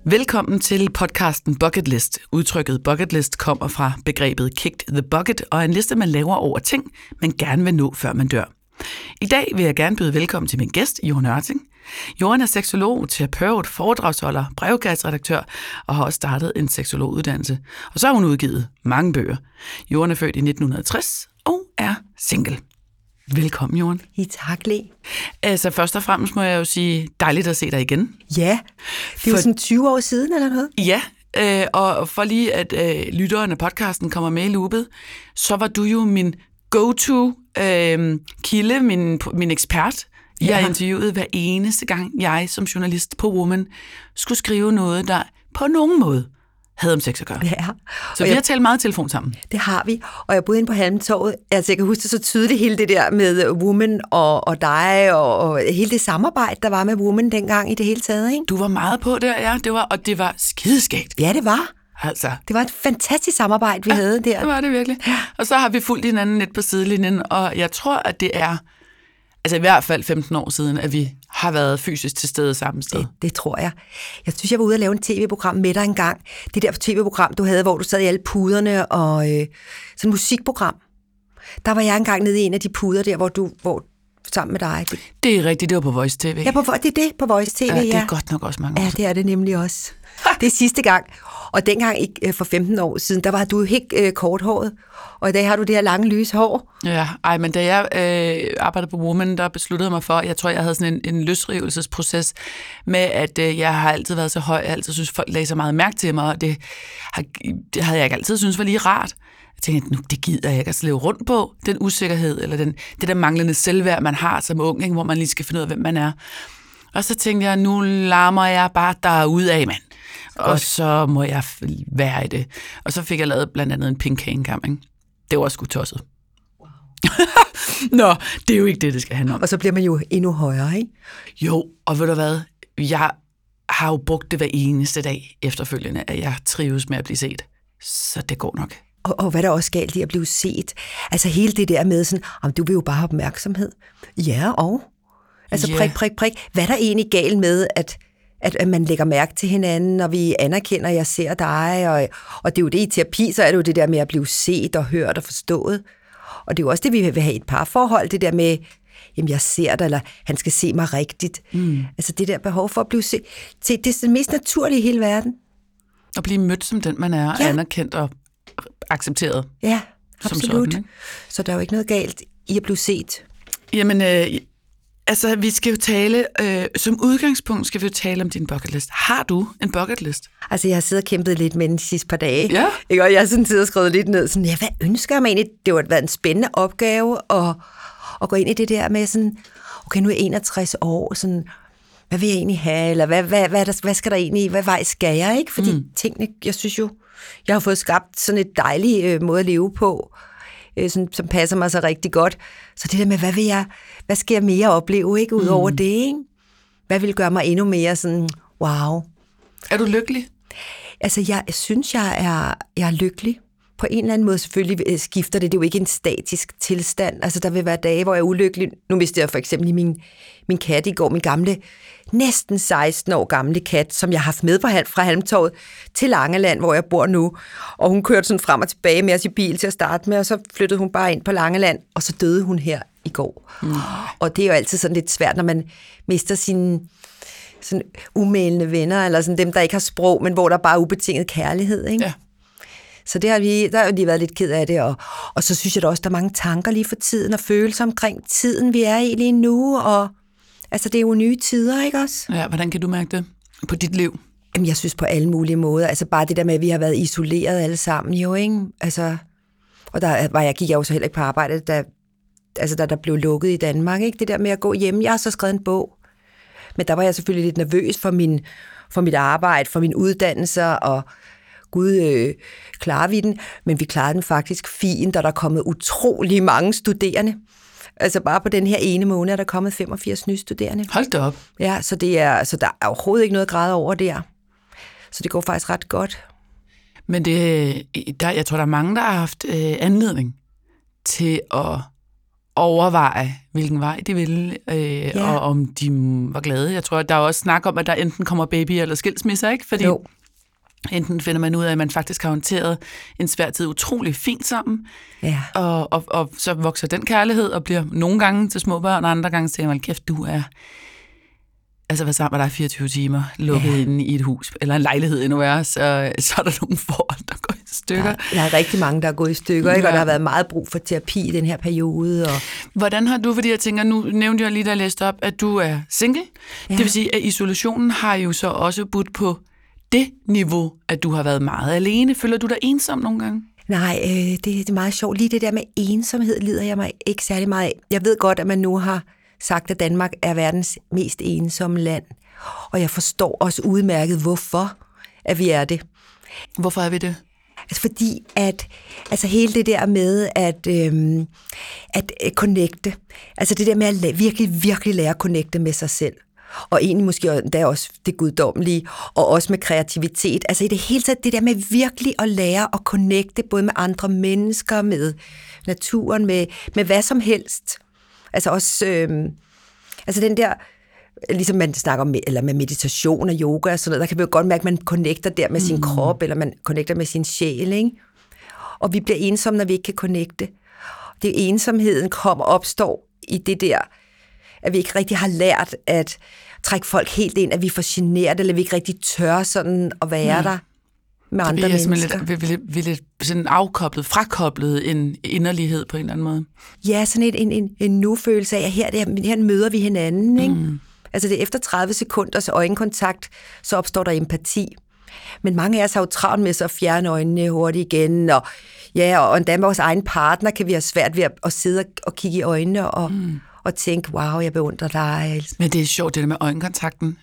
Velkommen til podcasten Bucket List. Udtrykket bucket list kommer fra begrebet kick the bucket og er en liste, man laver over ting, man gerne vil nå, før man dør. I dag vil jeg gerne byde velkommen til min gæst, Joan Ørting. Joan er seksolog, terapeut, foredragsholder, brevkasseredaktør og har også startet en seksologuddannelse. Og så har hun udgivet mange bøger. Joan er født i 1960 og er single. Velkommen, Joan. Tak, Le. Altså, først og fremmest må jeg jo sige, dejligt at se dig igen. Ja, det er jo sådan 20 år siden, eller noget? Ja, og for lige at lytteren af podcasten kommer med i loopet, så var du jo min go-to-kilde, min ekspert. Jeg har interviewet hver eneste gang, jeg som journalist på Woman skulle skrive noget, der på nogen måde havde om sex at gøre. Ja. Så vi har talt meget telefon sammen. Det har vi, og jeg boede inde på Halmtorvet. Altså, jeg kan huske det så tydeligt, hele det der med Woman og dig, og hele det samarbejde, der var med Woman dengang i det hele taget, ikke? Du var meget på der, ja. Det var skideskægt. Ja, det var. Altså. Det var et fantastisk samarbejde, vi havde der. Det var det virkelig. Og så har vi fulgt hinanden lidt på sidelinjen, og jeg tror, at det er i hvert fald 15 år siden, at vi har været fysisk til stede samme sted. Det tror jeg. Jeg synes, jeg var ude og lave en tv-program med dig engang. Det der tv-program, du havde, hvor du sad i alle puderne, og sådan et musikprogram. Der var jeg engang nede i en af de puder der, hvor sammen med dig. Det er rigtigt, det var på Voice TV. Ja, det er det, på Voice TV, ja. Det er godt nok også mange år. Ja, det er det nemlig også. Det er sidste gang. Og dengang for 15 år siden, der var du helt korthåret, og i dag har du det her lange, lyse hår. Ja, men da jeg arbejdede på Woman, der besluttede jeg mig for, jeg tror, jeg havde sådan en løsrivelsesproces med, at jeg har altid været så høj, jeg altid synes, folk lagde så meget mærke til mig, og det havde jeg ikke altid synes var lige rart. Jeg tænkte, nu det gider jeg ikke at leve rundt på, den usikkerhed, eller det der manglende selvværd, man har som ung, ikke, hvor man lige skal finde ud af, hvem man er. Og så tænkte jeg, nu larmer jeg bare derudad, mand. Og så må jeg være i det. Og så fik jeg lavet blandt andet en pink hanekamp, ikke? Det var sgu tosset. Wow. Nå, det er jo ikke det skal handle om. Og så bliver man jo endnu højere, ikke? Jo, og ved du hvad? Jeg har jo brugt det hver eneste dag efterfølgende, at jeg trives med at blive set. Så det går nok. Og hvad der også galt i at blive set? Altså hele det der med sådan, du vil jo bare have opmærksomhed. Ja, og? Altså prik. Hvad er der egentlig galt med, at man lægger mærke til hinanden, og vi anerkender, at jeg ser dig, og det er jo det i terapi, så er det jo det der med at blive set og hørt og forstået. Og det er jo også det, vi vil have i et parforhold, det der med, jamen jeg ser dig, eller han skal se mig rigtigt. Altså det der behov for at blive set, det er det mest naturlige i hele verden. At blive mødt som den, man er, anerkendt og accepteret. Ja, absolut. Sådan, så der er jo ikke noget galt i at blive set. Jamen, altså, vi skal jo tale, som udgangspunkt skal vi jo tale om din bucket list. Har du en bucket list? Altså, jeg har siddet og kæmpet lidt med den sidste par dage. Ja. Ikke? Og jeg har sådan siddet og skrevet lidt ned, sådan, hvad ønsker jeg mig egentlig? Det har været en spændende opgave at gå ind i det der med sådan, okay, nu er jeg 61 år, sådan, hvad vil jeg egentlig have? Eller hvad skal der egentlig, hvad vej skal jeg, ikke? Fordi tingene, jeg synes jo, jeg har fået skabt sådan et dejligt måde at leve på, som passer mig så rigtig godt. Så det der med, hvad skal jeg mere opleve, ikke? Udover det, ikke? Hvad vil gøre mig endnu mere sådan, wow. Er du lykkelig? Altså, jeg synes, jeg er lykkelig. På en eller anden måde selvfølgelig skifter det. Det er jo ikke en statisk tilstand. Altså, der vil være dage, hvor jeg er ulykkelig. Nu mistede jeg for eksempel min kat i går, min gamle, næsten 16 år gamle kat, som jeg har haft med fra Halmtorvet til Langeland, hvor jeg bor nu. Og hun kørte sådan frem og tilbage med os i bil til at starte med, og så flyttede hun bare ind på Langeland, og så døde hun her i går. Og det er jo altid sådan lidt svært, når man mister sine sådan umælende venner, eller sådan dem, der ikke har sprog, men hvor der bare er ubetinget kærlighed, ikke? Ja. Så der har jo lige været lidt ked af det, og så synes jeg da også, der er mange tanker lige for tiden, og følelser omkring tiden, vi er i lige nu, og altså det er jo nye tider, ikke også? Ja, hvordan kan du mærke det på dit liv? Jamen, jeg synes på alle mulige måder, altså bare det der med, at vi har været isoleret alle sammen, jo, ikke? Altså, og gik jeg jo så heller ikke på arbejde, da der blev lukket i Danmark, ikke? Det der med at gå hjem, jeg har så skrevet en bog, men der var jeg selvfølgelig lidt nervøs for mit arbejde, for min uddannelse, og Gud, klarer vi den? Men vi klarede den faktisk fint, og der er kommet utrolig mange studerende. Altså bare på den her ene måned er der kommet 85 nye studerende. Hold da op. Ja, så der er overhovedet ikke noget grad over der. Så det går faktisk ret godt. Men jeg tror, der er mange, der har haft anledning til at overveje, hvilken vej de ville, og om de var glade. Jeg tror, at der er også snak om, at der enten kommer baby eller skilsmisser, ikke? Fordi enten finder man ud af, at man faktisk har håndteret en svær tid utrolig fint sammen, og så vokser den kærlighed og bliver nogle gange til små børn, og andre gange siger man, kæft, du er hvad sammen med dig 24 timer, lukket inde i et hus, eller en lejlighed endnu værre, så er der nogle forhold, der går i stykker. Ja, der er rigtig mange, der er gået i stykker, ikke? Og der har været meget brug for terapi i den her periode. Og hvordan har du, fordi jeg tænker, nu nævnte jeg lige, da jeg læste op, at du er single. Ja. Det vil sige, at isolationen har jo så også budt på det niveau, at du har været meget alene. Føler du dig ensom nogle gange? Nej, det er meget sjovt. Lige det der med ensomhed lider jeg mig ikke særlig meget af. Jeg ved godt, at man nu har sagt, at Danmark er verdens mest ensomme land. Og jeg forstår også udmærket, hvorfor at vi er det. Hvorfor er vi det? Altså fordi, at hele det der med at connecte, altså det der med at virkelig lære at connecte med sig selv, og egentlig måske der også det guddommelige, og også med kreativitet. Altså i det hele taget, det der med virkelig at lære at connecte, både med andre mennesker, med naturen, med hvad som helst. Altså også, altså den der, ligesom man snakker om, eller med meditation og yoga og sådan noget, der kan vi jo godt mærke, at man connecter der med sin krop, eller man connecter med sin sjæl, ikke? Og vi bliver ensomme, når vi ikke kan connecte. Det ensomheden opstår i det der, at vi ikke rigtig har lært at trække folk helt ind, at vi er for generet, eller vi ikke rigtig tør sådan at være der med andre mennesker. Vi er lidt sådan afkoblet, frakoblet en inderlighed på en eller anden måde. Ja, sådan en nu-følelse af, at her møder vi hinanden, ikke? Altså det er efter 30 sekunders øjenkontakt, så opstår der empati. Men mange af os har jo travlt med så at fjerne øjnene hurtigt igen, og endda med vores egen partner kan vi have svært ved at sidde og kigge i øjnene og tænke, wow, jeg beundrer dig. Men det er sjovt, det der med øjenkontakten.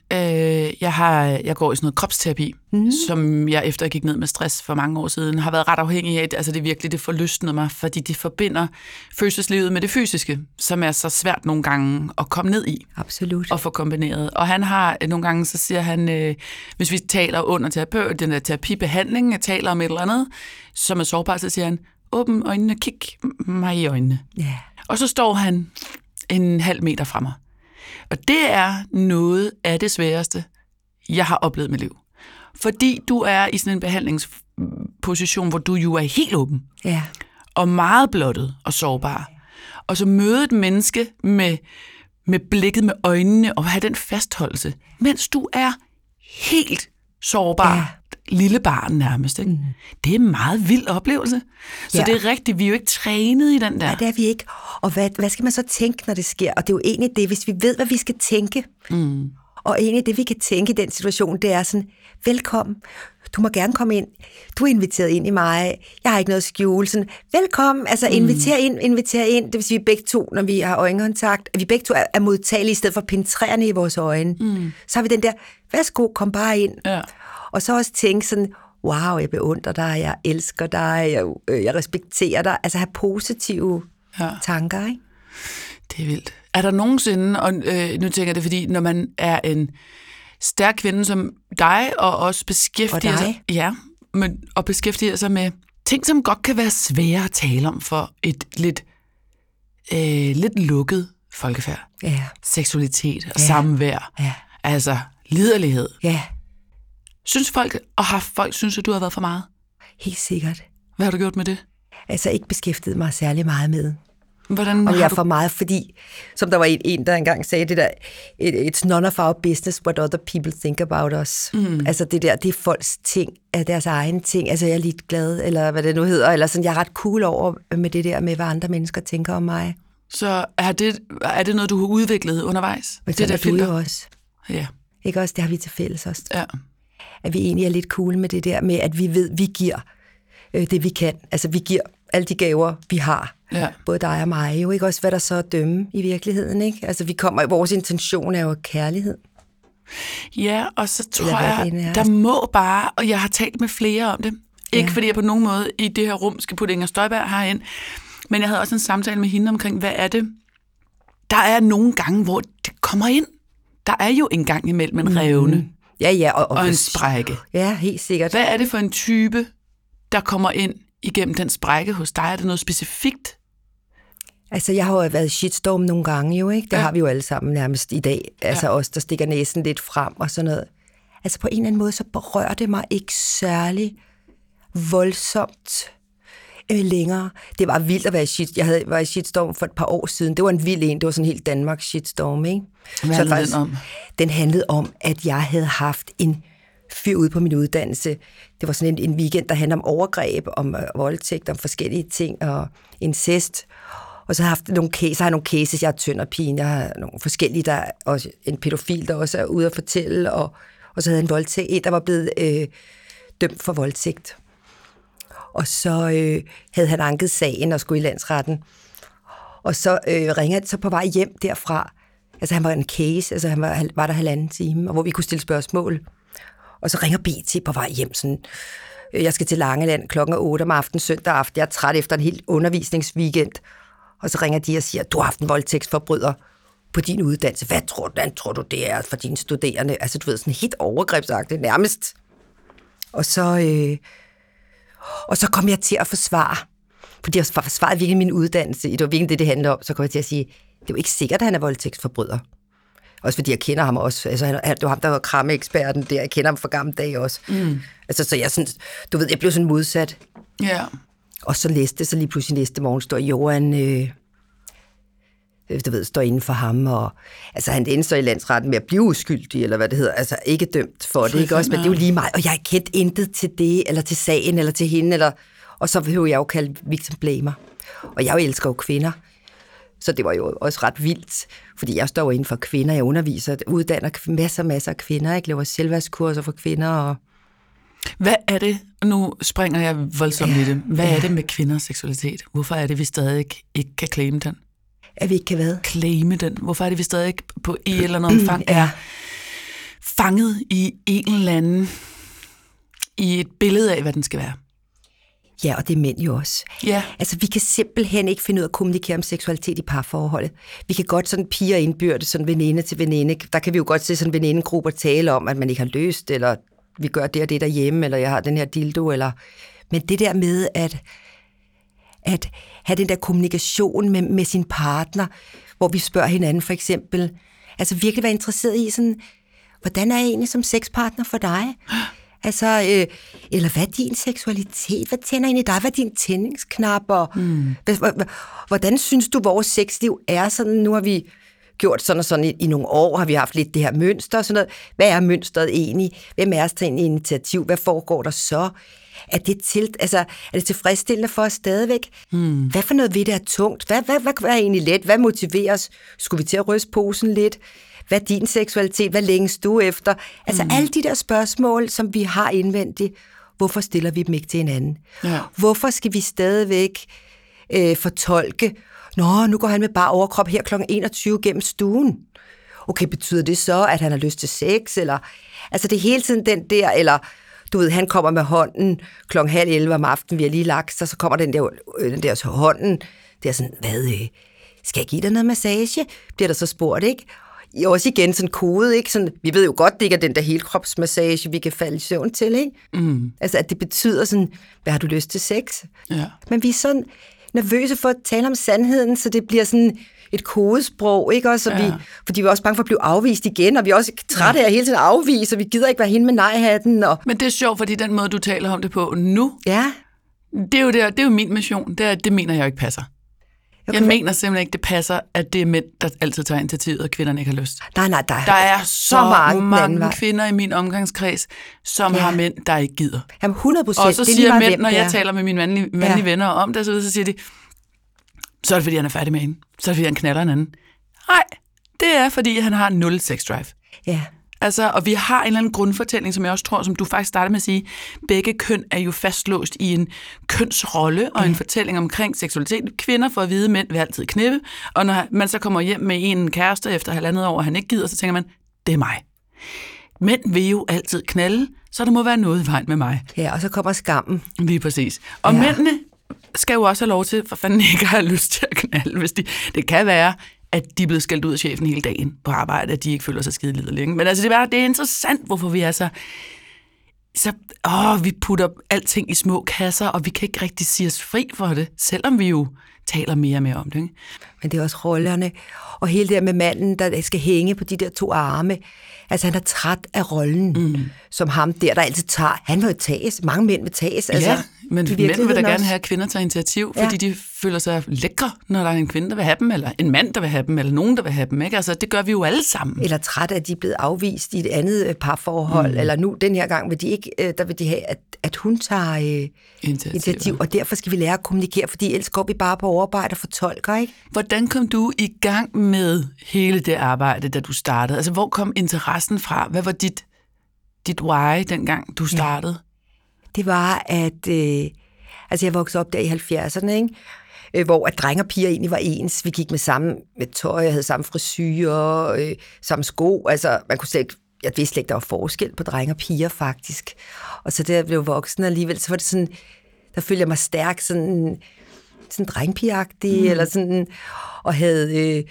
Jeg går i sådan noget kropsterapi, som jeg efter jeg gik ned med stress for mange år siden, har været ret afhængig af. Altså det er virkelig, det forlystende mig, fordi det forbinder følelseslivet med det fysiske, som er så svært nogle gange at komme ned i. Absolut. Og få kombineret. Og han har nogle gange, så siger han, hvis vi taler under den der terapibehandling, jeg taler om et eller andet, som er sårbart, så siger han, åbn øjnene, kig mig i øjnene. Yeah. Og så står han en halv meter fra mig. Og det er noget af det sværeste, jeg har oplevet i mit liv. Fordi du er i sådan en behandlingsposition, hvor du jo er helt åben. Ja. Og meget blottet og sårbar. Og så møde et menneske med blikket, med øjnene, og have den fastholdelse, mens du er helt sårbar. Ja. Lille barn nærmest, ikke? Det er en meget vild oplevelse. Så det er rigtigt, vi er jo ikke trænet i den der. Nej, det er vi ikke. Og hvad skal man så tænke, når det sker? Og det er jo egentlig det, hvis vi ved, hvad vi skal tænke. Og egentlig det, vi kan tænke i den situation, det er sådan, velkommen, du må gerne komme ind. Du er inviteret ind i mig. Jeg har ikke noget at skjule. Sådan, velkommen, altså inviter ind. Det vil sige, vi begge to, når vi har øjenkontakt, at vi begge to er modtagelige i stedet for penetrerende i vores øjne. Så har vi den der, værsgo, kom bare ind. Ja. Og så også tænke sådan, wow, jeg beundrer dig, jeg elsker dig, jeg respekterer dig. Altså have positive tanker, ikke? Det er vildt. Er der nogensinde, og nu tænker jeg det, fordi når man er en stærk kvinde som dig, og også beskæftiger sig, og beskæftiger sig med ting, som godt kan være svære at tale om for et lidt lukket folkefærd. Ja. Seksualitet og samvær. Ja. Altså liderlighed. Ja. Synes folk, synes, at du har været for meget? Helt sikkert. Hvad har du gjort med det? Altså ikke beskæftiget mig særlig meget med. Hvordan og jeg er for meget, fordi, som der var en, der engang sagde det der, it's none of our business what other people think about us. Altså det der, det er folks ting, er deres egen ting. Altså jeg er lidt glad, eller hvad det nu hedder, eller sådan, jeg er ret cool over med det der med, hvad andre mennesker tænker om mig. Så er det noget, du har udviklet undervejs? Men det der filter jo også. Ja. Ikke også, det har vi til fælles også. Ja. At vi egentlig er lidt cool med det der med, at vi ved, vi giver det, vi kan. Altså vi giver alle de gaver, vi har. Ja. Både dig og mig, jo ikke også, hvad der så er dømme i virkeligheden, ikke? Altså vores intention er jo kærlighed. Ja, og så tror jeg, der må bare, og jeg har talt med flere om det, ikke fordi jeg på nogen måde i det her rum skal putte Inger Støjberg herind, men jeg havde også en samtale med hende omkring, hvad er det? Der er nogle gange, hvor det kommer ind. Der er jo en gang imellem en revne. Ja, og en sprække. Ja, helt sikkert. Hvad er det for en type, der kommer ind igennem den sprække hos dig? Er det noget specifikt? Altså, jeg har jo været shitstorm nogle gange jo, ikke? Det har vi jo alle sammen nærmest i dag. Altså os, der stikker næsen lidt frem og sådan noget. Altså, på en eller anden måde, så berører det mig ikke særlig voldsomt længere. Det var vildt at være Jeg var i shitstorm for et par år siden. Det var en vild en. Det var sådan en helt Danmarks shitstorm, ikke? Hvad handlede den om? Den handlede om, at jeg havde haft en fyr ude på min uddannelse. Det var sådan en weekend, der handlede om overgreb, om voldtægt, om forskellige ting og incest. Og så har jeg nogle cases. Jeg er tønderpigen, jeg har nogle forskellige, der er også en pædofil, der også er ude at fortælle, og så havde jeg en voldtægt, der var blevet dømt for voldtægt. Og så havde han anket sagen og skulle i landsretten. Og så ringer jeg så på vej hjem derfra. Altså han var en case, altså han var der 1,5 time, og hvor vi kunne stille spørgsmål. Og så ringer BT på vej hjem sådan, jeg skal til Langeland 8:00 om aftenen, søndag aften. Jeg er træt efter en helt undervisningsweekend. Og så ringer de og siger, du har haft en voldtægtsforbryder på din uddannelse. Hvad tror du det er for dine studerende? Altså du ved, sådan helt overgrebsagtigt nærmest. Og så kom jeg til at forsvare, fordi jeg forsvarede virkelig min uddannelse. Det var virkelig det handlede om. Så kom jeg til at sige, det er jo ikke sikkert, at han er voldtægtsforbryder. Også fordi jeg kender ham også. Altså, det var ham, der var krammeeksperten der. Jeg kender ham fra gamle dage også. Altså, så jeg sådan, du ved, jeg blev sådan modsat. Ja. Og så lige pludselig næste morgen står Johan, du ved, står inden for ham, og altså han endte så i landsretten med at blive uskyldig, eller hvad det hedder, altså ikke dømt for det, ikke også, men det er jo lige meget, og jeg kendte intet til det, eller til sagen, eller til hende, og så vil jeg jo kalde victim blamer. Og jeg elsker jo kvinder, så det var jo også ret vildt, fordi jeg står jo inden for kvinder, jeg underviser, uddanner masser af kvinder, jeg laver selvværdskurser for kvinder, og hvad er det, nu springer jeg voldsomt i det, hvad er det med kvinders seksualitet? Hvorfor er det, vi stadig ikke kan claime den? At vi ikke kan hvad? Claime den. Hvorfor er det, vi stadig ikke på en eller anden omfang er fanget i en eller anden, i et billede af, hvad den skal være? Ja, og det er mænd jo også. Ja. Altså, vi kan simpelthen ikke finde ud af at kommunikere om seksualitet i parforholdet. Vi kan godt sådan piger indbyrdes, sådan veninde til veninde. Der kan vi jo godt se sådan venindegrupper tale om, at man ikke har løst, eller vi gør det og det derhjemme, eller jeg har den her dildo, eller... Men det der med at have den der kommunikation med sin partner, hvor vi spørger hinanden for eksempel, altså virkelig være interesseret i sådan, hvordan er jeg egentlig som sexpartner for dig? Altså, eller hvad er din seksualitet? Hvad tænder ind i dig? Hvad er din tændingsknapper? Hvordan synes du, vores sexliv er sådan? Nu har vi gjort sådan og sådan i nogle år, har vi haft lidt det her mønster og sådan noget. Hvad er mønstret egentlig? Hvem er os til en initiativ? Hvad foregår der så? Er det tilfredsstillende for os stadigvæk? Hvad for noget ved det er tungt? Hvad er egentlig let? Hvad motiverer os? Skulle vi til at ryste posen lidt? Hvad er din seksualitet? Hvad længes du efter? Altså alle de der spørgsmål, som vi har indvendigt, hvorfor stiller vi dem ikke til hinanden? Ja. Hvorfor skal vi stadigvæk fortolke, nu går han med bare overkrop her kl. 21 gennem stuen. Okay, betyder det så, at han har lyst til sex? Eller, altså det er hele tiden den der, eller du ved, han kommer med hånden kl. 10:30 om aftenen, vi har lige lagt sig, så kommer den der hånden, det er sådan, skal jeg give dig noget massage? Bliver der så spurgt, ikke? Også igen sådan kode, ikke? Sådan, vi ved jo godt, det ikke er den der helkropsmassage, vi kan falde i søvn til, ikke? Altså, at det betyder sådan, hvad har du lyst til sex? Ja. Men vi er sådan nervøse for at tale om sandheden, så det bliver sådan et kodesprog, ikke også? Fordi vi er også bange for at blive afvist igen, og vi er også trætte af at hele tiden afvise, og vi gider ikke være hende med nej-hatten. Men det er sjovt, fordi den måde, du taler om det på nu, ja. Det er jo min mission. Det mener jeg ikke passer. Okay. Jeg mener simpelthen ikke, det passer, at det er mænd, der altid tager initiativet, og kvinderne ikke har lyst. Nej, der er så mange kvinder i min omgangskreds, som har mænd, der ikke gider. Jamen 100%. Og så siger mænd, når jeg taler med mine mandlige venner om det, så siger de, så er det fordi, han er færdig med hende. Så er det fordi, han knaller en anden. Nej, det er fordi, han har 0 sex drive. Ja. Altså, og vi har en eller anden grundfortælling, som jeg også tror, som du faktisk startede med at sige, begge køn er jo fastlåst i en kønsrolle og en fortælling omkring seksualitet. Kvinder får at vide, mænd vil altid knippe, og når man så kommer hjem med en kæreste efter 1,5 år, og han ikke gider, så tænker man, det er mig. Mænd vil jo altid knalde, så der må være noget i vejen med mig. Ja, og så kommer skammen. Lige præcis. Og mændene skal jo også have lov til, for fanden ikke have lyst til at knalde, hvis det kan være, at de er blevet skældt ud af chefen hele dagen på arbejde, at de ikke føler sig skide liderlige. Men altså, det er interessant, hvorfor vi er vi putter alting i små kasser, og vi kan ikke rigtig sige os fri for det, selvom vi jo taler mere og mere om det, ikke? Men det er også rollerne. Og hele det der med manden, der skal hænge på de der 2 arme. Altså, han er træt af rollen, som ham der altid tager. Han vil jo tages. Mange mænd vil tages. Altså, ja, men mænd vil da gerne have, at kvinder tager initiativ, fordi de føler sig lækre, når der er en kvinde, der vil have dem, eller en mand, der vil have dem, eller nogen, der vil have dem. Ikke? Altså, det gør vi jo alle sammen. Eller træt af, at de er blevet afvist i et andet parforhold, eller nu, den her gang, vil de ikke, der vil de have, at hun tager initiativ. Og derfor skal vi lære at kommunikere, fordi ellers går vi bare på overarbejde og fortolker, ikke? Hvordan kom du i gang med hele det arbejde, da du startede? Altså, hvor kom interessen fra? Hvad var dit why, dengang du startede? Ja. Det var, at jeg voksede op der i 70'erne, ikke? Hvor at drenge og piger egentlig var ens. Vi gik med tøj, jeg havde samme frisyrer, samme sko. Altså, man kunne slet ikke, jeg vidste ikke, der var forskel på drenge og piger, faktisk. Og så da jeg blev voksen alligevel, så var det sådan, der følte jeg mig stærk, sådan drengpigeagtig, eller sådan, og havde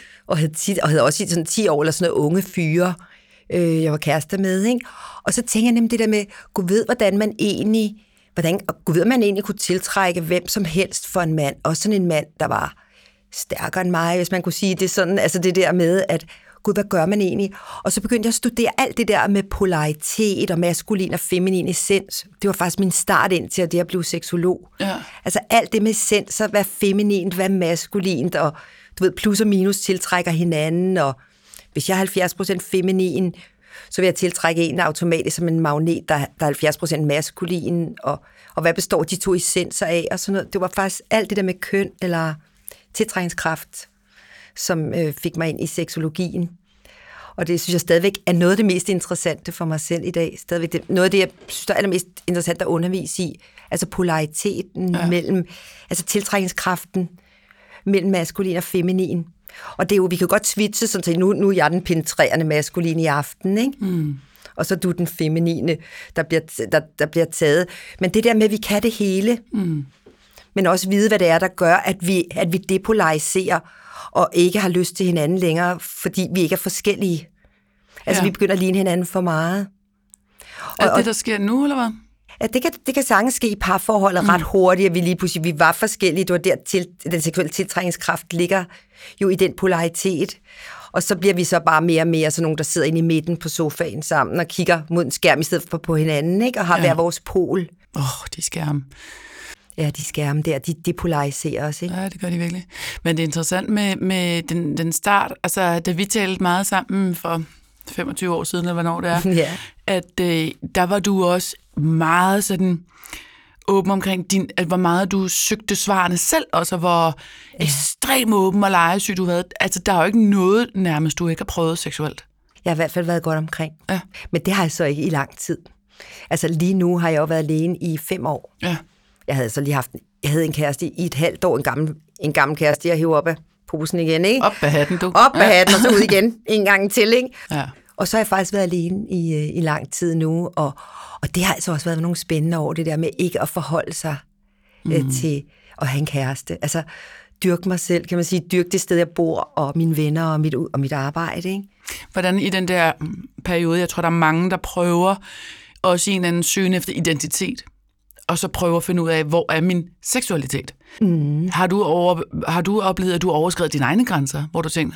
også sådan 10 år, eller sådan noget unge fyre, jeg var kærester med, ikke? Og så tænker jeg nemlig det der med, Gud ved, hvordan man egentlig kunne tiltrække hvem som helst for en mand, også sådan en mand, der var stærkere end mig, hvis man kunne sige det sådan, altså det der med, at Gud, hvad gør man egentlig? Og så begyndte jeg at studere alt det der med polaritet og maskulin og feminin essens. Det var faktisk min start ind til, at jeg blev seksolog. Ja. Altså alt det med essenser, hvad feminint, hvad maskulint, og du ved, plus og minus tiltrækker hinanden, og hvis jeg er 70% feminin, så vil jeg tiltrække en automatisk som en magnet, der er 70% maskulin, og hvad består de 2 essenser af, og sådan noget. Det var faktisk alt det der med køn, eller tiltrækningskraft, som fik mig ind i seksologien. Og det synes jeg stadigvæk er noget af det mest interessante for mig selv i dag. Stadigvæk noget af det, jeg synes, der er allermest interessant at undervise i. Altså polariteten mellem, altså tiltrækningskraften mellem maskulin og feminin. Og det er jo, vi kan godt switche, sådan at nu er jeg den penetrerende maskulin i aften, ikke? Og så er du den feminine, der bliver taget. Men det der med, at vi kan det hele, men også vide, hvad det er, der gør, at vi depolariserer, og ikke har lyst til hinanden længere, fordi vi ikke er forskellige. Altså, vi begynder at ligne hinanden for meget. Er det, der sker nu, eller hvad? Ja, det kan sagtens ske i parforholdet ret hurtigt, at vi lige pludselig, vi var forskellige. Det var der, den seksuelle tiltrækningskraft ligger jo i den polaritet. Og så bliver vi så bare mere og mere sådan nogle, der sidder inde i midten på sofaen sammen og kigger mod en skærm i stedet for på hinanden, ikke? Og har hver vores pol. De skærme. Ja, de skærme der, de depolariserer os, ikke? Ja, det gør de virkelig. Men det er interessant med den start, altså da vi talte meget sammen for 25 år siden, eller hvornår det er, at der var du også meget sådan åben omkring hvor meget du søgte svarene selv, også hvor ekstremt åben og legesyg du har været. Altså, der er jo ikke noget nærmest, du ikke har prøvet seksuelt. Jeg har i hvert fald været godt omkring. Ja. Men det har jeg så ikke i lang tid. Altså, lige nu har jeg jo været alene i 5 år. Ja. Jeg havde en kæreste i et halvt år, en gammel kæreste, jeg hæver op af posen igen, ikke? Op af hatten, du. Op af hatten, og så ud igen en gang til, ikke? Ja. Og så har jeg faktisk været alene i lang tid nu, og det har altså også været nogle spændende år, det der med ikke at forholde sig til at have en kæreste. Altså, dyrke mig selv, kan man sige, dyrke det sted, jeg bor, og mine venner og mit arbejde, ikke? Hvordan i den der periode, jeg tror, der er mange, der prøver også i en anden søgen efter identitet, og så prøver at finde ud af, hvor er min seksualitet. Har du oplevet, at du overskredet dine egne grænser, hvor du tænker,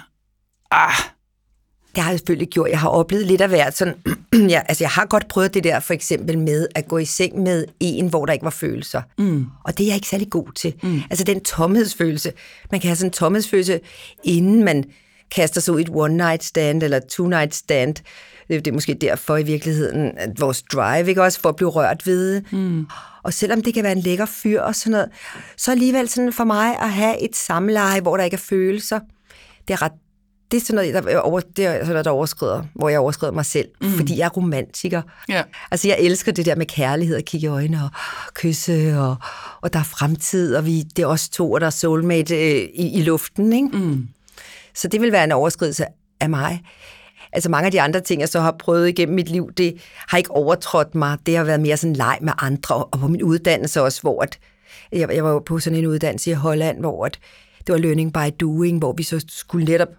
det har jeg selvfølgelig gjort. Jeg har oplevet lidt af hvert. Sådan, jeg har godt prøvet det der, for eksempel med at gå i seng med en, hvor der ikke var følelser. Og det er jeg ikke særlig god til. Altså den tomhedsfølelse. Man kan have sådan en tomhedsfølelse, inden man kaster sig ud i et one-night stand eller two-night stand. Det er måske derfor i virkeligheden, at vores drive, ikke også, for at blive rørt ved. Og selvom det kan være en lækker fyr og sådan noget, så alligevel sådan for mig at have et samleje, hvor der ikke er følelser, det er sådan noget, der overskrider, hvor jeg overskrider mig selv, fordi jeg er romantiker. Yeah. Altså, jeg elsker det der med kærlighed, at kigge i øjnene og kysse, og der er fremtid, og det er os to, og der er soulmate i luften, ikke? Så det vil være en overskridelse af mig. Altså, mange af de andre ting, jeg så har prøvet igennem mit liv, det har ikke overtrådt mig. Det har været mere sådan leg med andre, og på min uddannelse også, hvor jeg var på sådan en uddannelse i Holland, hvor det var learning by doing, hvor vi så skulle netop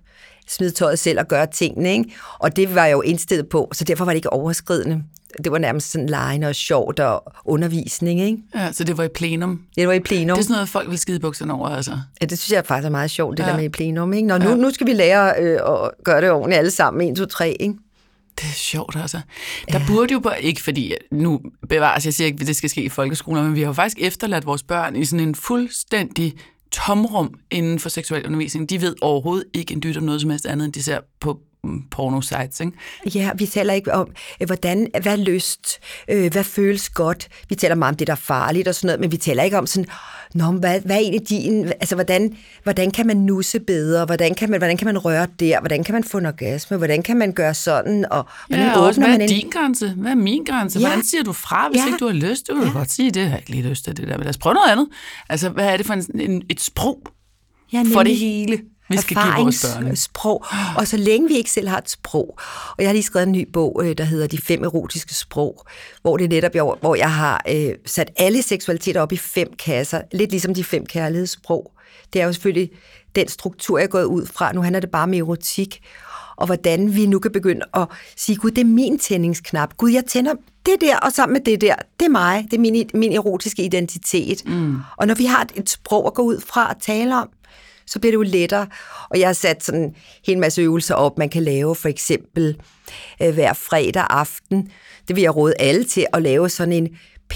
smide tøjet selv og gøre tingene, ikke? Og det var jeg jo indstillet på, så derfor var det ikke overskridende. Det var nærmest sådan legende og sjovt og undervisning, ikke? Ja, så det var i plenum. Det var i plenum. Det er sådan noget, folk vil skide bukserne over, altså. Ja, det synes jeg faktisk er meget sjovt, det der med i plenum, ikke? Nå, nu skal vi lære at gøre det ordentligt alle sammen, 1, 2, 3, ikke? Det er sjovt, altså. Der burde jo bare, ikke fordi nu bevares, jeg siger ikke, at det skal ske i folkeskoler, men vi har jo faktisk efterladt vores børn i sådan en fuldstændig tomrum inden for seksuel undervisning. De ved overhovedet ikke en dyt om noget som helst andet, end de ser på porno-sites, ikke? Ja, vi taler ikke om, hvad er lyst, hvad føles godt. Vi taler meget om det, der er farligt og sådan noget, men vi taler ikke om sådan, hvad er egentlig din, altså hvordan kan man nusse bedre, hvordan kan man røre der, hvordan kan man få en orgasme, hvordan kan man gøre sådan, og hvordan åbner man din grænse, hvad er min grænse, hvordan siger du fra, hvis ikke du har lyst, du kan godt sige, det har jeg ikke lige lyst til, det der, men lad os prøve noget andet. Altså, hvad er det for et sprog for det hele? Vi skal give vores børn sprog, og så længe vi ikke selv har et sprog. Og jeg har lige skrevet en ny bog, der hedder De 5 erotiske sprog, hvor det netop hvor jeg har sat alle seksualiteter op i 5 kasser, lidt ligesom de 5 kærlighedssprog. Det er jo selvfølgelig den struktur, jeg er gået ud fra. Nu handler det bare om erotik, og hvordan vi nu kan begynde at sige, gud, det er min tændingsknap. Gud, jeg tænder det der, og sammen med det der, det er mig, det er min erotiske identitet. Og når vi har et sprog at gå ud fra at tale om, så bliver det jo lettere. Og jeg har sat sådan en hel masse øvelser op, man kan lave, for eksempel hver fredag aften. Det vil jeg råde alle til at lave sådan en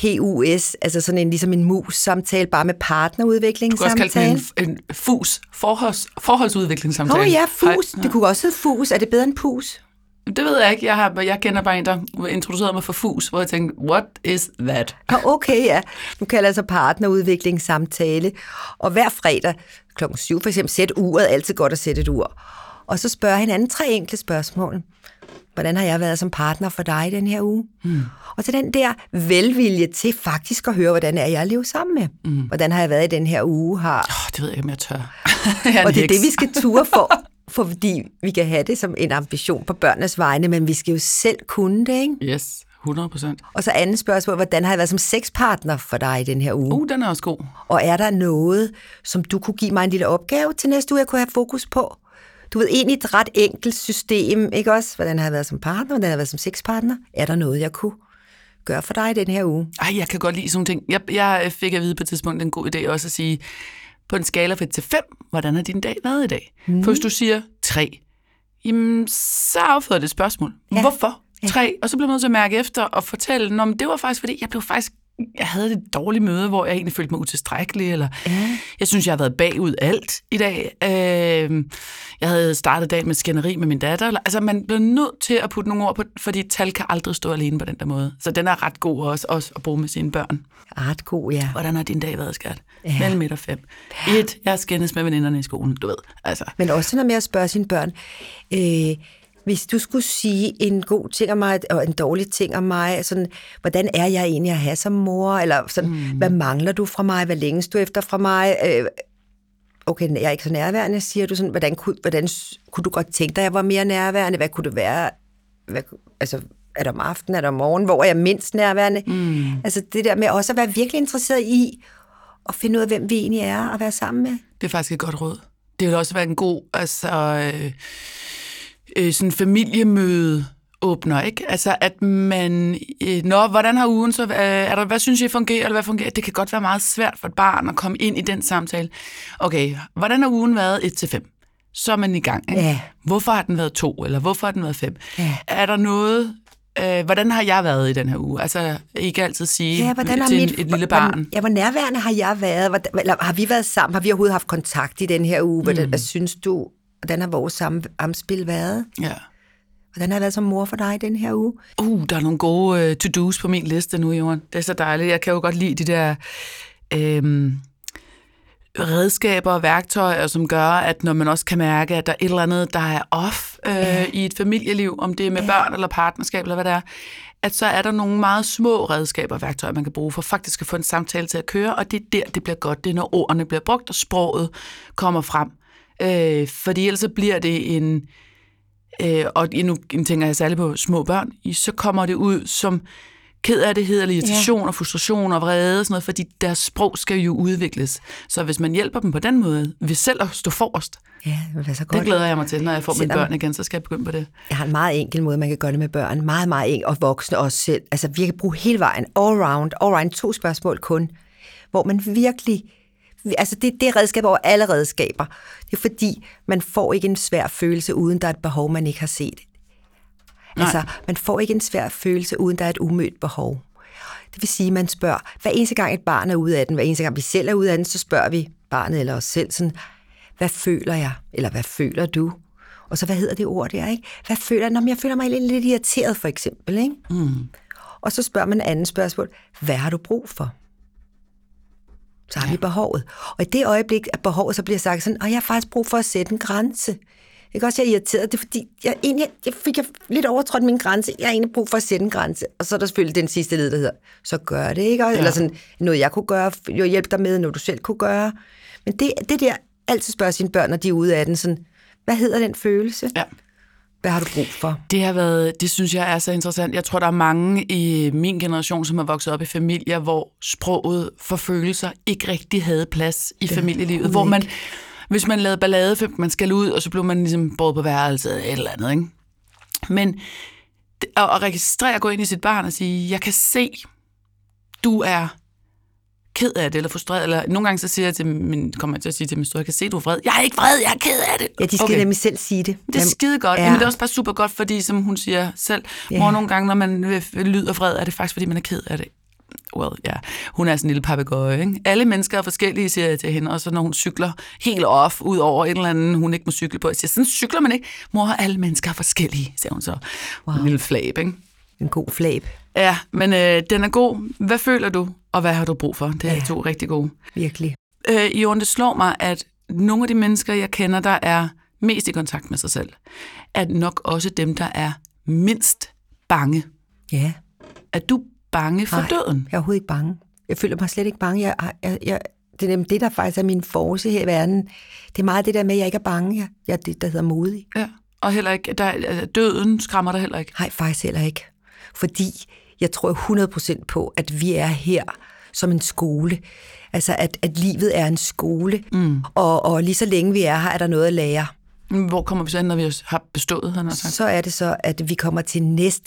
PUS, altså sådan en ligesom en mus-samtale, bare med partnerudviklingssamtale. Du kan også kalde den en FUS, forholdsudviklingssamtale. Ja, FUS. Det kunne også hedde FUS. Er det bedre end PUS? Det ved jeg ikke. Jeg kender bare en, der introducerede mig for FUS, hvor jeg tænkte, what is that? Okay, ja. Nu kalder altså partnerudviklingssamtale. Og hver fredag kl. 7 for eksempel, sæt uret, altid godt at sætte et ur. Og så spørger hinanden 3 enkle spørgsmål. Hvordan har jeg været som partner for dig i den her uge? Og til den der velvilje til faktisk at høre, hvordan er jeg lever sammen med? Hvordan har jeg været i den her uge? Det ved jeg ikke, om jeg tør. Og det er det, vi skal ture for, fordi vi kan have det som en ambition på børnenes vegne, men vi skal jo selv kunne det, ikke? Yes, 100%. Og så andet spørgsmål, hvordan har jeg været som sexpartner for dig i den her uge? Den er også god. Og er der noget, som du kunne give mig en lille opgave til næste uge, jeg kunne have fokus på? Du ved, egentlig et ret enkelt system, ikke også? Hvordan har jeg været som partner, hvordan har jeg været som sexpartner? Er der noget, jeg kunne gøre for dig i den her uge? Jeg kan godt lide sådan ting. Jeg fik at vide på et tidspunkt en god idé også at sige, på en skala fra 1 til 5, hvordan har din dag været i dag? For hvis du siger 3, jamen, så afføder det et spørgsmål. Ja. Hvorfor 3? Og så bliver man nødt til at mærke efter og fortælle, det var faktisk, fordi jeg havde et dårligt møde, hvor jeg egentlig følte mig utilstrækkelig, eller jeg synes, jeg har været bagud alt i dag. Jeg havde startet dagen med skænderi med min datter. Altså, man bliver nødt til at putte nogle ord på, fordi tal kan aldrig stå alene på den der måde. Så den er ret god også at bruge med sine børn. Ret god, ja. Hvordan har din dag været, skat? Mellem 1 og 5. 1, jeg skændes med veninderne i skolen, du ved. Altså. Men også noget med at spørge sine børn, hvis du skulle sige en god ting om mig, og en dårlig ting om mig, sådan, hvordan er jeg egentlig at have som mor? Eller sådan, hvad mangler du fra mig? Hvad længes du efter fra mig? Okay, jeg er ikke så nærværende, siger du. Sådan, hvordan kunne du godt tænke dig, at jeg var mere nærværende? Hvad kunne det være? Er der om aftenen, er der om morgenen? Hvor er jeg mindst nærværende? Altså det der med også at være virkelig interesseret i at finde ud af, hvem vi egentlig er at være sammen med. Det er faktisk et godt råd. Det vil også være en god, sådan familiemøde åbner, ikke? Altså, at man, hvordan har ugen så, hvad synes I fungerer, eller hvad fungerer? Det kan godt være meget svært for et barn at komme ind i den samtale. Okay, hvordan har ugen været 1 til 5? Så er man i gang, ikke? Ja. Hvorfor har den været 2, eller hvorfor har den været 5? Ja. Er der noget, hvordan har jeg været i den her uge? Altså, ikke altid sige til et lille barn. Hvor nærværende har jeg været? Eller har vi været sammen? Har vi overhovedet haft kontakt i den her uge? Hvad synes du? Hvordan har vores samspil været? Ja. Hvordan har jeg været som mor for dig i den her uge? Der er nogle gode to-dos på min liste nu, Jorden. Det er så dejligt. Jeg kan jo godt lide de der redskaber og værktøjer, som gør, at når man også kan mærke, at der er et eller andet, der er off i et familieliv, om det er med børn eller partnerskab eller hvad det er, at så er der nogle meget små redskaber og værktøjer, man kan bruge for faktisk at få en samtale til at køre, og det er der, det bliver godt. Det er, når ordene bliver brugt, og sproget kommer frem. Fordi ellers så bliver det og nu tænker jeg særligt på små børn, så kommer det ud som kedsomhed eller irritation og frustration og vrede og sådan noget, fordi deres sprog skal jo udvikles. Så hvis man hjælper dem på den måde, ved selv at stå forrest, så godt. Det glæder jeg mig til, når jeg får mine børn igen, så skal jeg begynde på det. Jeg har en meget enkel måde, man kan gøre det med børn. Meget, meget enkel, og voksne også selv. Altså, vi kan bruge hele vejen, all round, 2 spørgsmål kun, hvor man virkelig... Altså, det er redskaber over alle redskaber. Det er fordi, man får ikke en svær følelse, uden der er et behov, man ikke har set. Altså, man får ikke en svær følelse, uden der er et umødt behov. Det vil sige, man spørger, hver eneste gang et barn er ude af den, hver eneste gang vi selv er ude af den, så spørger vi barnet eller os selv sådan, hvad føler jeg? Eller hvad føler du? Og så, hvad hedder det ord der, ikke? Hvad føler jeg? Nå, jeg føler mig lidt irriteret, for eksempel, ikke? Og så spørger man en anden spørgsmål, hvad har du brug for? Så har vi behovet. Og i det øjeblik, at behovet så bliver sagt sådan, jeg har faktisk brug for at sætte en grænse. Jeg kan også være irriteret, det er fordi, jeg fik lidt overtrådt min grænse. Jeg har egentlig brug for at sætte en grænse. Og så er der selvfølgelig den sidste led, der hedder, så gør det, ikke? Eller sådan noget, jeg kunne gøre, jo hjælpe dig med, noget du selv kunne gøre. Men det der, altid spørger sine børn, når de er ude af den, sådan, hvad hedder den følelse? Ja. Hvad har du brug for? Det synes jeg er så interessant. Jeg tror, der er mange i min generation, som er vokset op i familier, hvor sproget for følelser ikke rigtig havde plads i familielivet. Hvor man, hvis man lavede ballade, fik man skal ud, og så blev man ligesom båret på værelset eller et eller andet, ikke? Men at registrere, gå ind i sit barn og sige, jeg kan se, du er ked af det, eller frustreret, eller nogle gange så siger jeg kommer jeg til at sige til min store, jeg kan se, du er vred. Jeg er ikke vred, jeg er ked af det. Ja, de skal nemlig selv sige det. Det er skide godt, men det er også bare super godt, fordi som hun siger selv, mor, nogle gange, når man lyder vred, er det faktisk, fordi man er ked af det. Hun er sådan en lille papegøje, ikke? Alle mennesker er forskellige, siger jeg til hende, og så når hun cykler helt off, ud over et eller andet, hun ikke må cykle på, jeg siger, sådan cykler man ikke. Mor, alle mennesker er forskellige, siger hun så. Wow. En lille flab, ikke? En god flab. Ja, men den er god. Hvad føler du, og hvad har du brug for? Det er 2 rigtig gode. Virkelig. Jorn, det slår mig, at nogle af de mennesker, jeg kender, der er mest i kontakt med sig selv, er nok også dem, der er mindst bange. Ja. Er du bange for døden? Jeg er overhovedet ikke bange. Jeg føler mig slet ikke bange. Det er nemlig det, der faktisk er min force her i verden. Det er meget det der med, at jeg ikke er bange. Jeg er det, der hedder modig. Ja, og heller ikke, døden skræmmer dig heller ikke? Nej, faktisk heller ikke. Fordi jeg tror 100% på, at vi er her som en skole. Altså, at livet er en skole. Og lige så længe vi er her, er der noget at lære. Hvor kommer vi så hen, når vi har bestået? Så er det så, at vi kommer til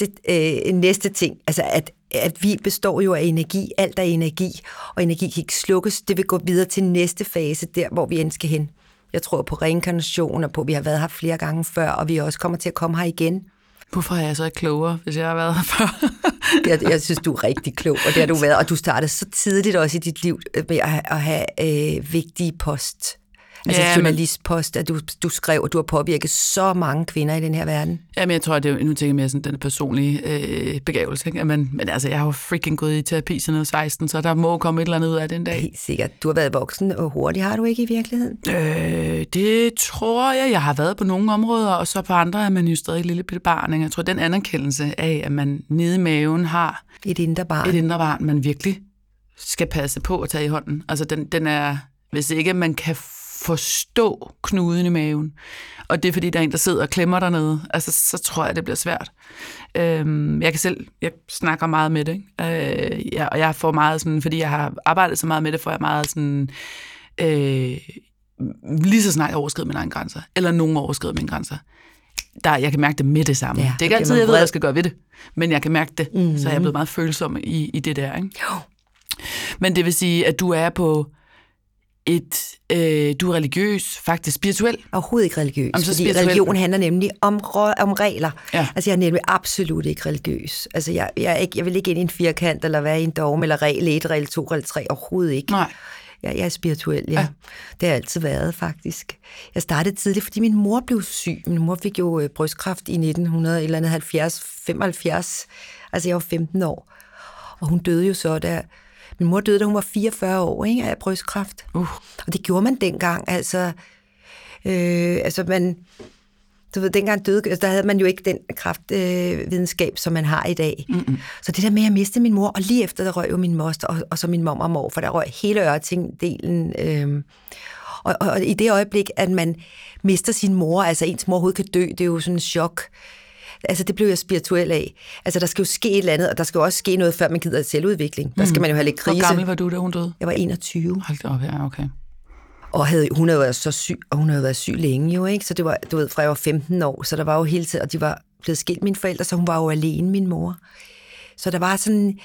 næste ting. Altså, at vi består jo af energi. Alt er energi. Og energi kan ikke slukkes. Det vil gå videre til næste fase, der hvor vi end skal hen. Jeg tror på reinkarnation, og på, at vi har været her flere gange før, og vi også kommer til at komme her igen. Hvorfor er jeg så ikke klogere, hvis jeg har været her før? Jeg synes, du er rigtig klog, og det har du været. Og du startede så tidligt også i dit liv med at have vigtige post. Altså journalistpost, at du skrev, og du har påvirket så mange kvinder i den her verden. Jamen, jeg tror, at det er nu tænker mere sådan den personlige begævelse. Ikke? Men altså, jeg har jo freaking gået i terapi siden 2016, så der må komme et eller andet ud af den dag. Helt sikkert. Du har været voksen, og hurtigt har du ikke i virkeligheden? Det tror jeg. Jeg har været på nogle områder, og så på andre er man jo stadig et lille bitte barn. Ikke? Jeg tror, den anerkendelse af, at man nede i maven har et indre barn, man virkelig skal passe på at tage i hånden. Altså, den er, hvis ikke man kan forstå knuden i maven, og det er fordi, der er en, der sidder og klemmer dernede, altså, så tror jeg, det bliver svært. Jeg snakker meget med det, og jeg får meget sådan, fordi jeg har arbejdet så meget med det, får jeg meget sådan, lige så snart jeg overskrider mine egne grænser, eller nogen overskrider mine grænser. Jeg kan mærke det med det samme. Ja, det er ikke altid, jeg ved, hvad jeg skal gøre ved det, men jeg kan mærke det, så jeg er blevet meget følsom i det der. Ikke? Jo. Men det vil sige, at du er på du er religiøs, faktisk spirituel. Overhovedet ikke religiøs, fordi religion handler nemlig om regler. Ja. Altså, jeg er nemlig absolut ikke religiøs. Altså, jeg vil ikke ind i en firkant, eller være i en dogme, eller regel 1, regel 2, regel 3, overhovedet ikke. Nej. Jeg er spirituel, ja. Det har jeg altid været, faktisk. Jeg startede tidligt, fordi min mor blev syg. Min mor fik jo brystkræft i 1975. Altså, jeg var 15 år. Og hun døde jo så, min mor døde, da hun var 44 år, ikke, af brystkræft. Og det gjorde man dengang, altså man, du ved, dengang døde, der havde man jo ikke den kræftvidenskab, som man har i dag. Så det der med at miste min mor, og lige efter, der røg jo min moster, og så min mor og mor, for der røg hele Ørting-delen. Og i det øjeblik, at man mister sin mor, altså ens mor overhovedet kan dø, det er jo sådan en chok. Altså, det blev jeg spirituel af. Altså, der skal jo ske et eller andet, og der skal jo også ske noget, før man gider selvudvikling. Der skal man jo have lidt krise. Hvor gammel var du, da hun døde? Jeg var 21. Hold da op, ja, okay. Og hun havde været så syg, og hun havde været syg længe jo, ikke? Så det var, du ved, fra jeg var 15 år, så der var jo hele tiden, og de var blevet skilt, mine forældre, så hun var jo alene, min mor. Så der var sådan,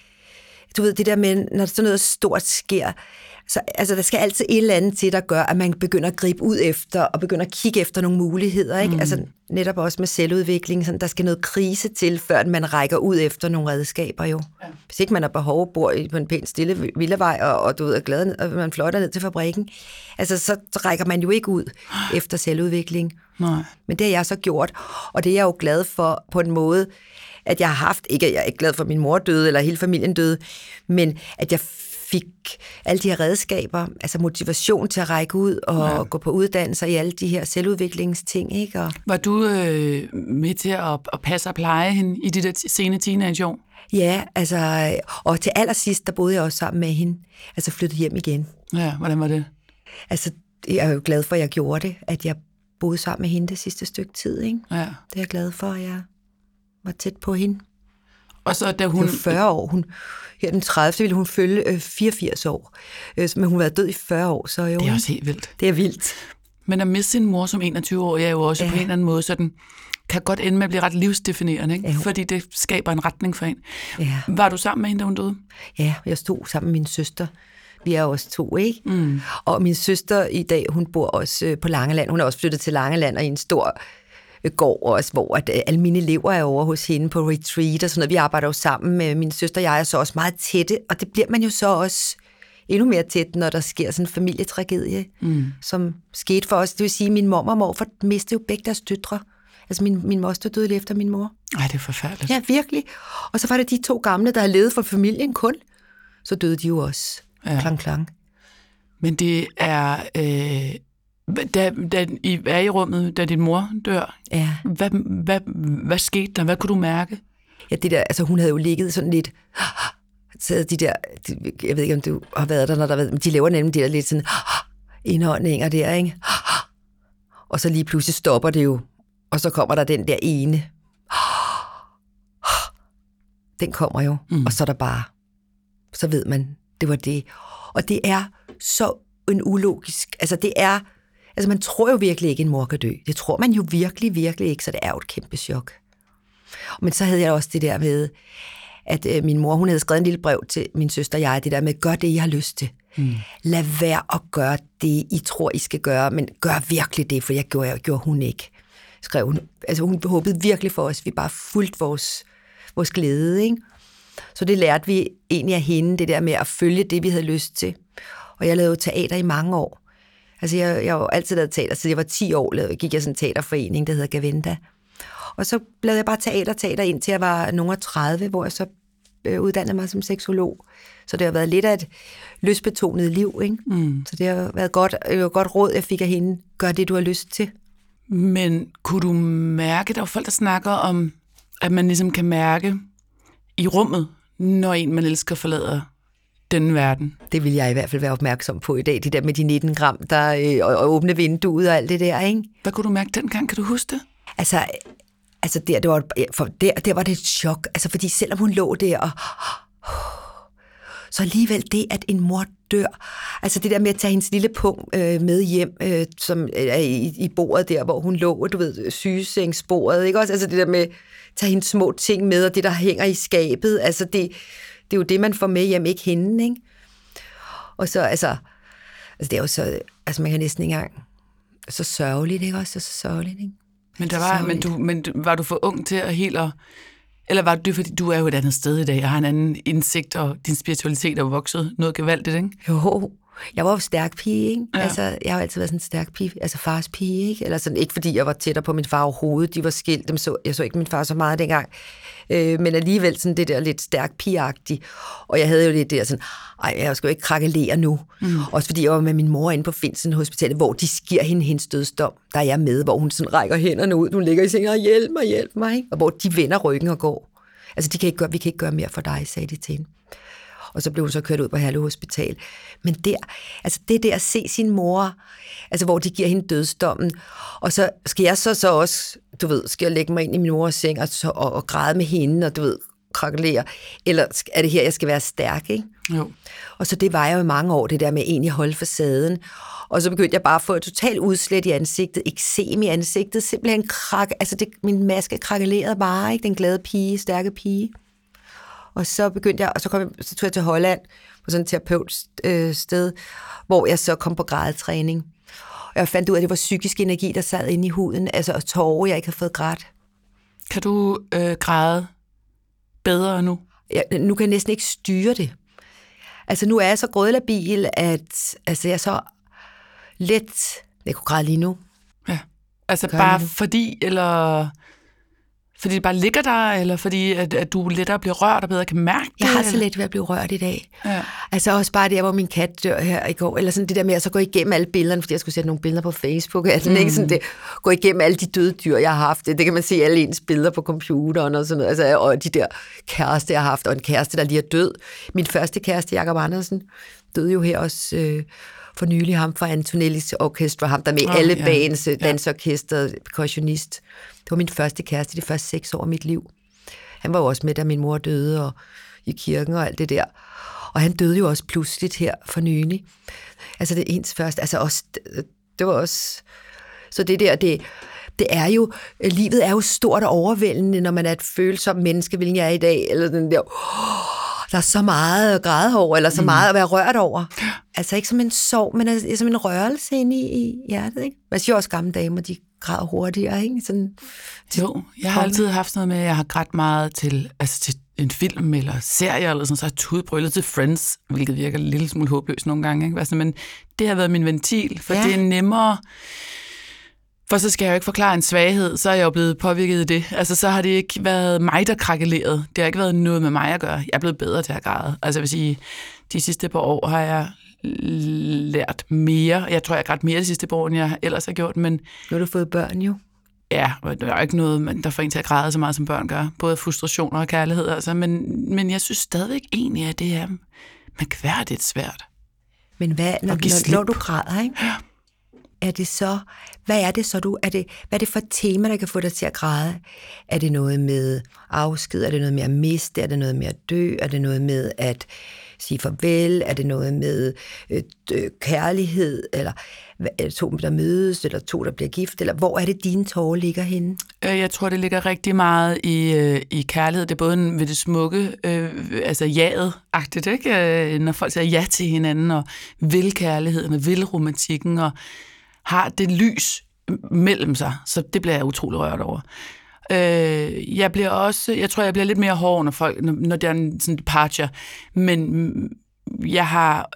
du ved, det der med, når sådan noget stort sker, så altså, der skal altid et eller andet til, der gør, at man begynder at gribe ud efter, og begynder at kigge efter nogle muligheder, ikke? Altså, netop også med selvudvikling, sådan, der skal noget krise til, før man rækker ud efter nogle redskaber, jo. Ja. Hvis ikke man har behov, bor på en pæn stille villavej, og du ved, er glad, og man fløjter ned til fabrikken, altså, så rækker man jo ikke ud efter selvudvikling. Nej. Men det har jeg så gjort, og det er jeg jo glad for på en måde, at jeg har haft, ikke at jeg er ikke glad for, at min mor døde, eller hele familien døde, men at jeg fik alle de her redskaber, altså motivation til at række ud og gå på uddannelser i alle de her selvudviklingsting, ikke? Og var du med til at passe og pleje hende i de der sene teenageår? ja, altså, og til allersidst, der boede jeg også sammen med hende, altså flyttede hjem igen. Ja, hvordan var det? Altså, jeg er jo glad for, at jeg gjorde det, at jeg boede sammen med hende det sidste stykke tid, ikke? Ja. Det er jeg glad for, at jeg var tæt på hende. Og så da hun... Det var 40 år. Her den 30. ville hun følge 84 år. Men hun har været død i 40 år, så jo... Det er også helt vildt. Det er vildt. Men at miste sin mor som 21-årig er jo også på en eller anden måde sådan, kan godt ende med at blive ret livsdefinerende, ikke? Ja, fordi det skaber en retning for en. Ja. Var du sammen med hende, da hun døde? Ja, jeg stod sammen med min søster. Vi er også 2, ikke? Mm. Og min søster i dag, hun bor også på Langeland. Hun er også flyttet til Langeland og i en stor gård også, hvor at alle mine elever er over hos hende på retreat og sådan noget. Vi arbejder jo sammen med min søster og jeg er så også meget tætte, og det bliver man jo så også endnu mere tæt, når der sker sådan en familietragedie, som skete for os. Det vil sige, at min mor og morfar mistede jo begge deres døtre. Altså min moster døde lige efter min mor. Ej, det er forfærdeligt. Ja, virkelig. Og så var det de 2 gamle, der havde levet for familien kun. Så døde de jo også. Ja. Klang, klang. Men det er... Da I er i rummet, da din mor dør, hvad skete der? Hvad kunne du mærke? Ja, det der, altså hun havde jo ligget sådan lidt, så de der, jeg ved ikke, om du har været der, når der de laver nemlig de der lidt sådan indåndinger der, ikke? Og så lige pludselig stopper det jo, og så kommer der den der ene. Den kommer jo, og så er der bare, så ved man, det var det. Og det er så en ulogisk, altså man tror jo virkelig ikke, en mor kan dø. Det tror man jo virkelig, virkelig ikke, så det er jo et kæmpe chok. Men så havde jeg også det der med, at min mor, hun havde skrevet en lille brev til min søster og jeg, det der med, gør det, I har lyst til. Lad være at gøre det, I tror, I skal gøre, men gør virkelig det, for jeg gjorde hun ikke, skrev hun. Altså hun håbede virkelig for os, vi bare fulgte vores glæde, ikke? Så det lærte vi egentlig af hende, det der med at følge det, vi havde lyst til. Og jeg lavede teater i mange år. Altså, jeg har jo altid lavet teater, så jeg var 10 år, gik jeg sådan en teaterforening, der hedder Gaventa. Og så lavede jeg bare teater indtil jeg var nogen 30, hvor jeg så uddannede mig som seksolog. Så det har været lidt af et lystbetonet liv, ikke? Så det har været godt råd, jeg fik af hende. Gør det, du har lyst til. Men kunne du mærke, der er folk, der snakker om, at man ligesom kan mærke i rummet, når en, man elsker, forlader den verden? Det vil jeg i hvert fald være opmærksom på i dag. Det der med de 19 gram, der og åbne vinduet og alt det der, ikke? Hvad kunne du mærke dengang? Kan du huske det? Altså der var det et chok. Altså, fordi selvom hun lå der og... Så alligevel det, at en mor dør. Altså det der med at tage hendes lille pung med hjem, som er i bordet der, hvor hun lå, du ved, sygesengsbordet, ikke også? Altså det der med at tage hendes små ting med, og det, der hænger i skabet. Altså det er jo det, man får med hjem, ikke hende, ikke? Og så, altså det er jo så, altså man kan næsten ikke engang, så sørgeligt, ikke også? Så sørgeligt, ikke? Men var du for ung til at hele, eller var det fordi, du er jo et andet sted i dag, og har en anden indsigt, og din spiritualitet er vokset noget gevaldigt, ikke? Jo, jeg var jo stærk pige, ikke? Ja. Altså, jeg har altid været sådan en stærk pige, altså fars pige, ikke? Eller sådan, ikke fordi jeg var tættere på min far overhovedet, de var skilt, jeg så ikke min far så meget dengang, men alligevel sådan det der lidt stærk pigeagtigt, og jeg havde jo det der sådan, jeg skal jo ikke krakelere nu, også fordi jeg var med min mor inde på Finsen Hospitalet, hvor de sker hendes dødsdom, der er jeg med, hvor hun sådan rækker hænderne ud, hun ligger i sengen og hjælp mig, ikke? Og hvor de vender ryggen og går. Altså, vi kan ikke gøre mere for dig, sagde de til hende. og så blev hun så kørt ud på Herlev Hospital. Men det der at se sin mor, altså hvor de giver hende dødsdommen, og så skal jeg så også, du ved, skal jeg lægge mig ind i min mors seng og græde med hende, og du ved, krakelere, eller er det her, jeg skal være stærk, ikke? Jo. Og så det var jeg jo i mange år, det der med egentlig holde facaden. Og så begyndte jeg bare at få et totalt udslæt i ansigtet, eksem i ansigtet, simpelthen min maske krakelerede bare, ikke? Den glade pige, stærke pige. Og så begyndte jeg, så tog jeg til Holland på sådan et terapeutsted, hvor jeg så kom på grædetræning. Og jeg fandt ud af, at det var psykisk energi, der sad inde i huden, og tårer, jeg ikke havde fået grædt. Kan du græde bedre nu? Nu kan jeg næsten ikke styre det. Altså nu er jeg så grødlabil, at jeg er så let. Jeg kunne græde lige nu. Ja, altså bare fordi, eller fordi det bare ligger der, eller fordi at du lettere bliver rørt og bedre kan mærke det? Jeg har så let ved at blive rørt i dag. Ja. Altså også bare der, hvor min kat dør her i går, eller sådan det der med at så gå igennem alle billederne, fordi jeg skulle sætte nogle billeder på Facebook, ikke sådan det, gå igennem alle de døde dyr, jeg har haft. Det kan man se alle ens billeder på computeren og sådan noget, altså, og de der kærester, jeg har haft, og en kæreste, der lige er død. Min første kæreste, Jakob Andersen, døde jo her også for nylig, ham fra Antonellis Orkestra, ham der med alle bands, dansorkester, percussionist. Det var min første kæreste de første 6 år af mit liv. Han var jo også med, da min mor døde, og i kirken og alt det der. Og han døde jo også pludseligt her for nylig. Altså det er ens første, altså også, det var også, så det der, det er jo, livet er jo stort og overvældende, når man er et følsomt menneske, hvilken jeg er i dag, eller den der, der er så meget at græde over, eller så meget at være rørt over. Altså ikke som en sorg, men som en rørelse inde i hjertet, ikke? Man siger også, gamle damer, de græder hurtigere, ikke? Sådan, jo, jeg har altid haft noget med, at jeg har grædt meget til en film eller serie, eller sådan, så har jeg tudbrøllet til Friends, hvilket virker en lille smule håbløst nogle gange, ikke? Men det har været min ventil, for det er nemmere. For så skal jeg jo ikke forklare en svaghed, så er jeg jo blevet påvirket af det. Altså, så har det ikke været mig, der krakelerede. Det har ikke været noget med mig at gøre. Jeg er blevet bedre til at græde. Altså, jeg vil sige, de sidste par år har jeg lært mere. Jeg tror, jeg har grædt mere de sidste par år, end jeg ellers har gjort, men... Nu har du fået børn jo. Ja, og der er ikke noget, der får en til at græde så meget, som børn gør. Både frustrationer og kærlighed, altså. Men jeg synes stadigvæk egentlig, at det er mærkværdigt svært. Men hvad, når du græder, ikke? Ja. Er det så, hvad er det så, hvad er det for et tema, der kan få dig til at græde? Er det noget med afsked? Er det noget med at miste? Er det noget med at dø? Er det noget med at sige farvel? Er det noget med kærlighed? Eller er det 2, der mødes? Eller 2, der bliver gift? Eller hvor er det, dine tårer ligger henne? Jeg tror, det ligger rigtig meget i kærlighed. Det er både ved det smukke, altså jaget-agtigt, ikke? Når folk siger ja til hinanden, og vil kærligheden, og vil romantikken, og har det lys mellem sig, så det bliver jeg utrolig rørt over. Jeg tror, jeg bliver lidt mere hård, når der er en sådan departure, men jeg har,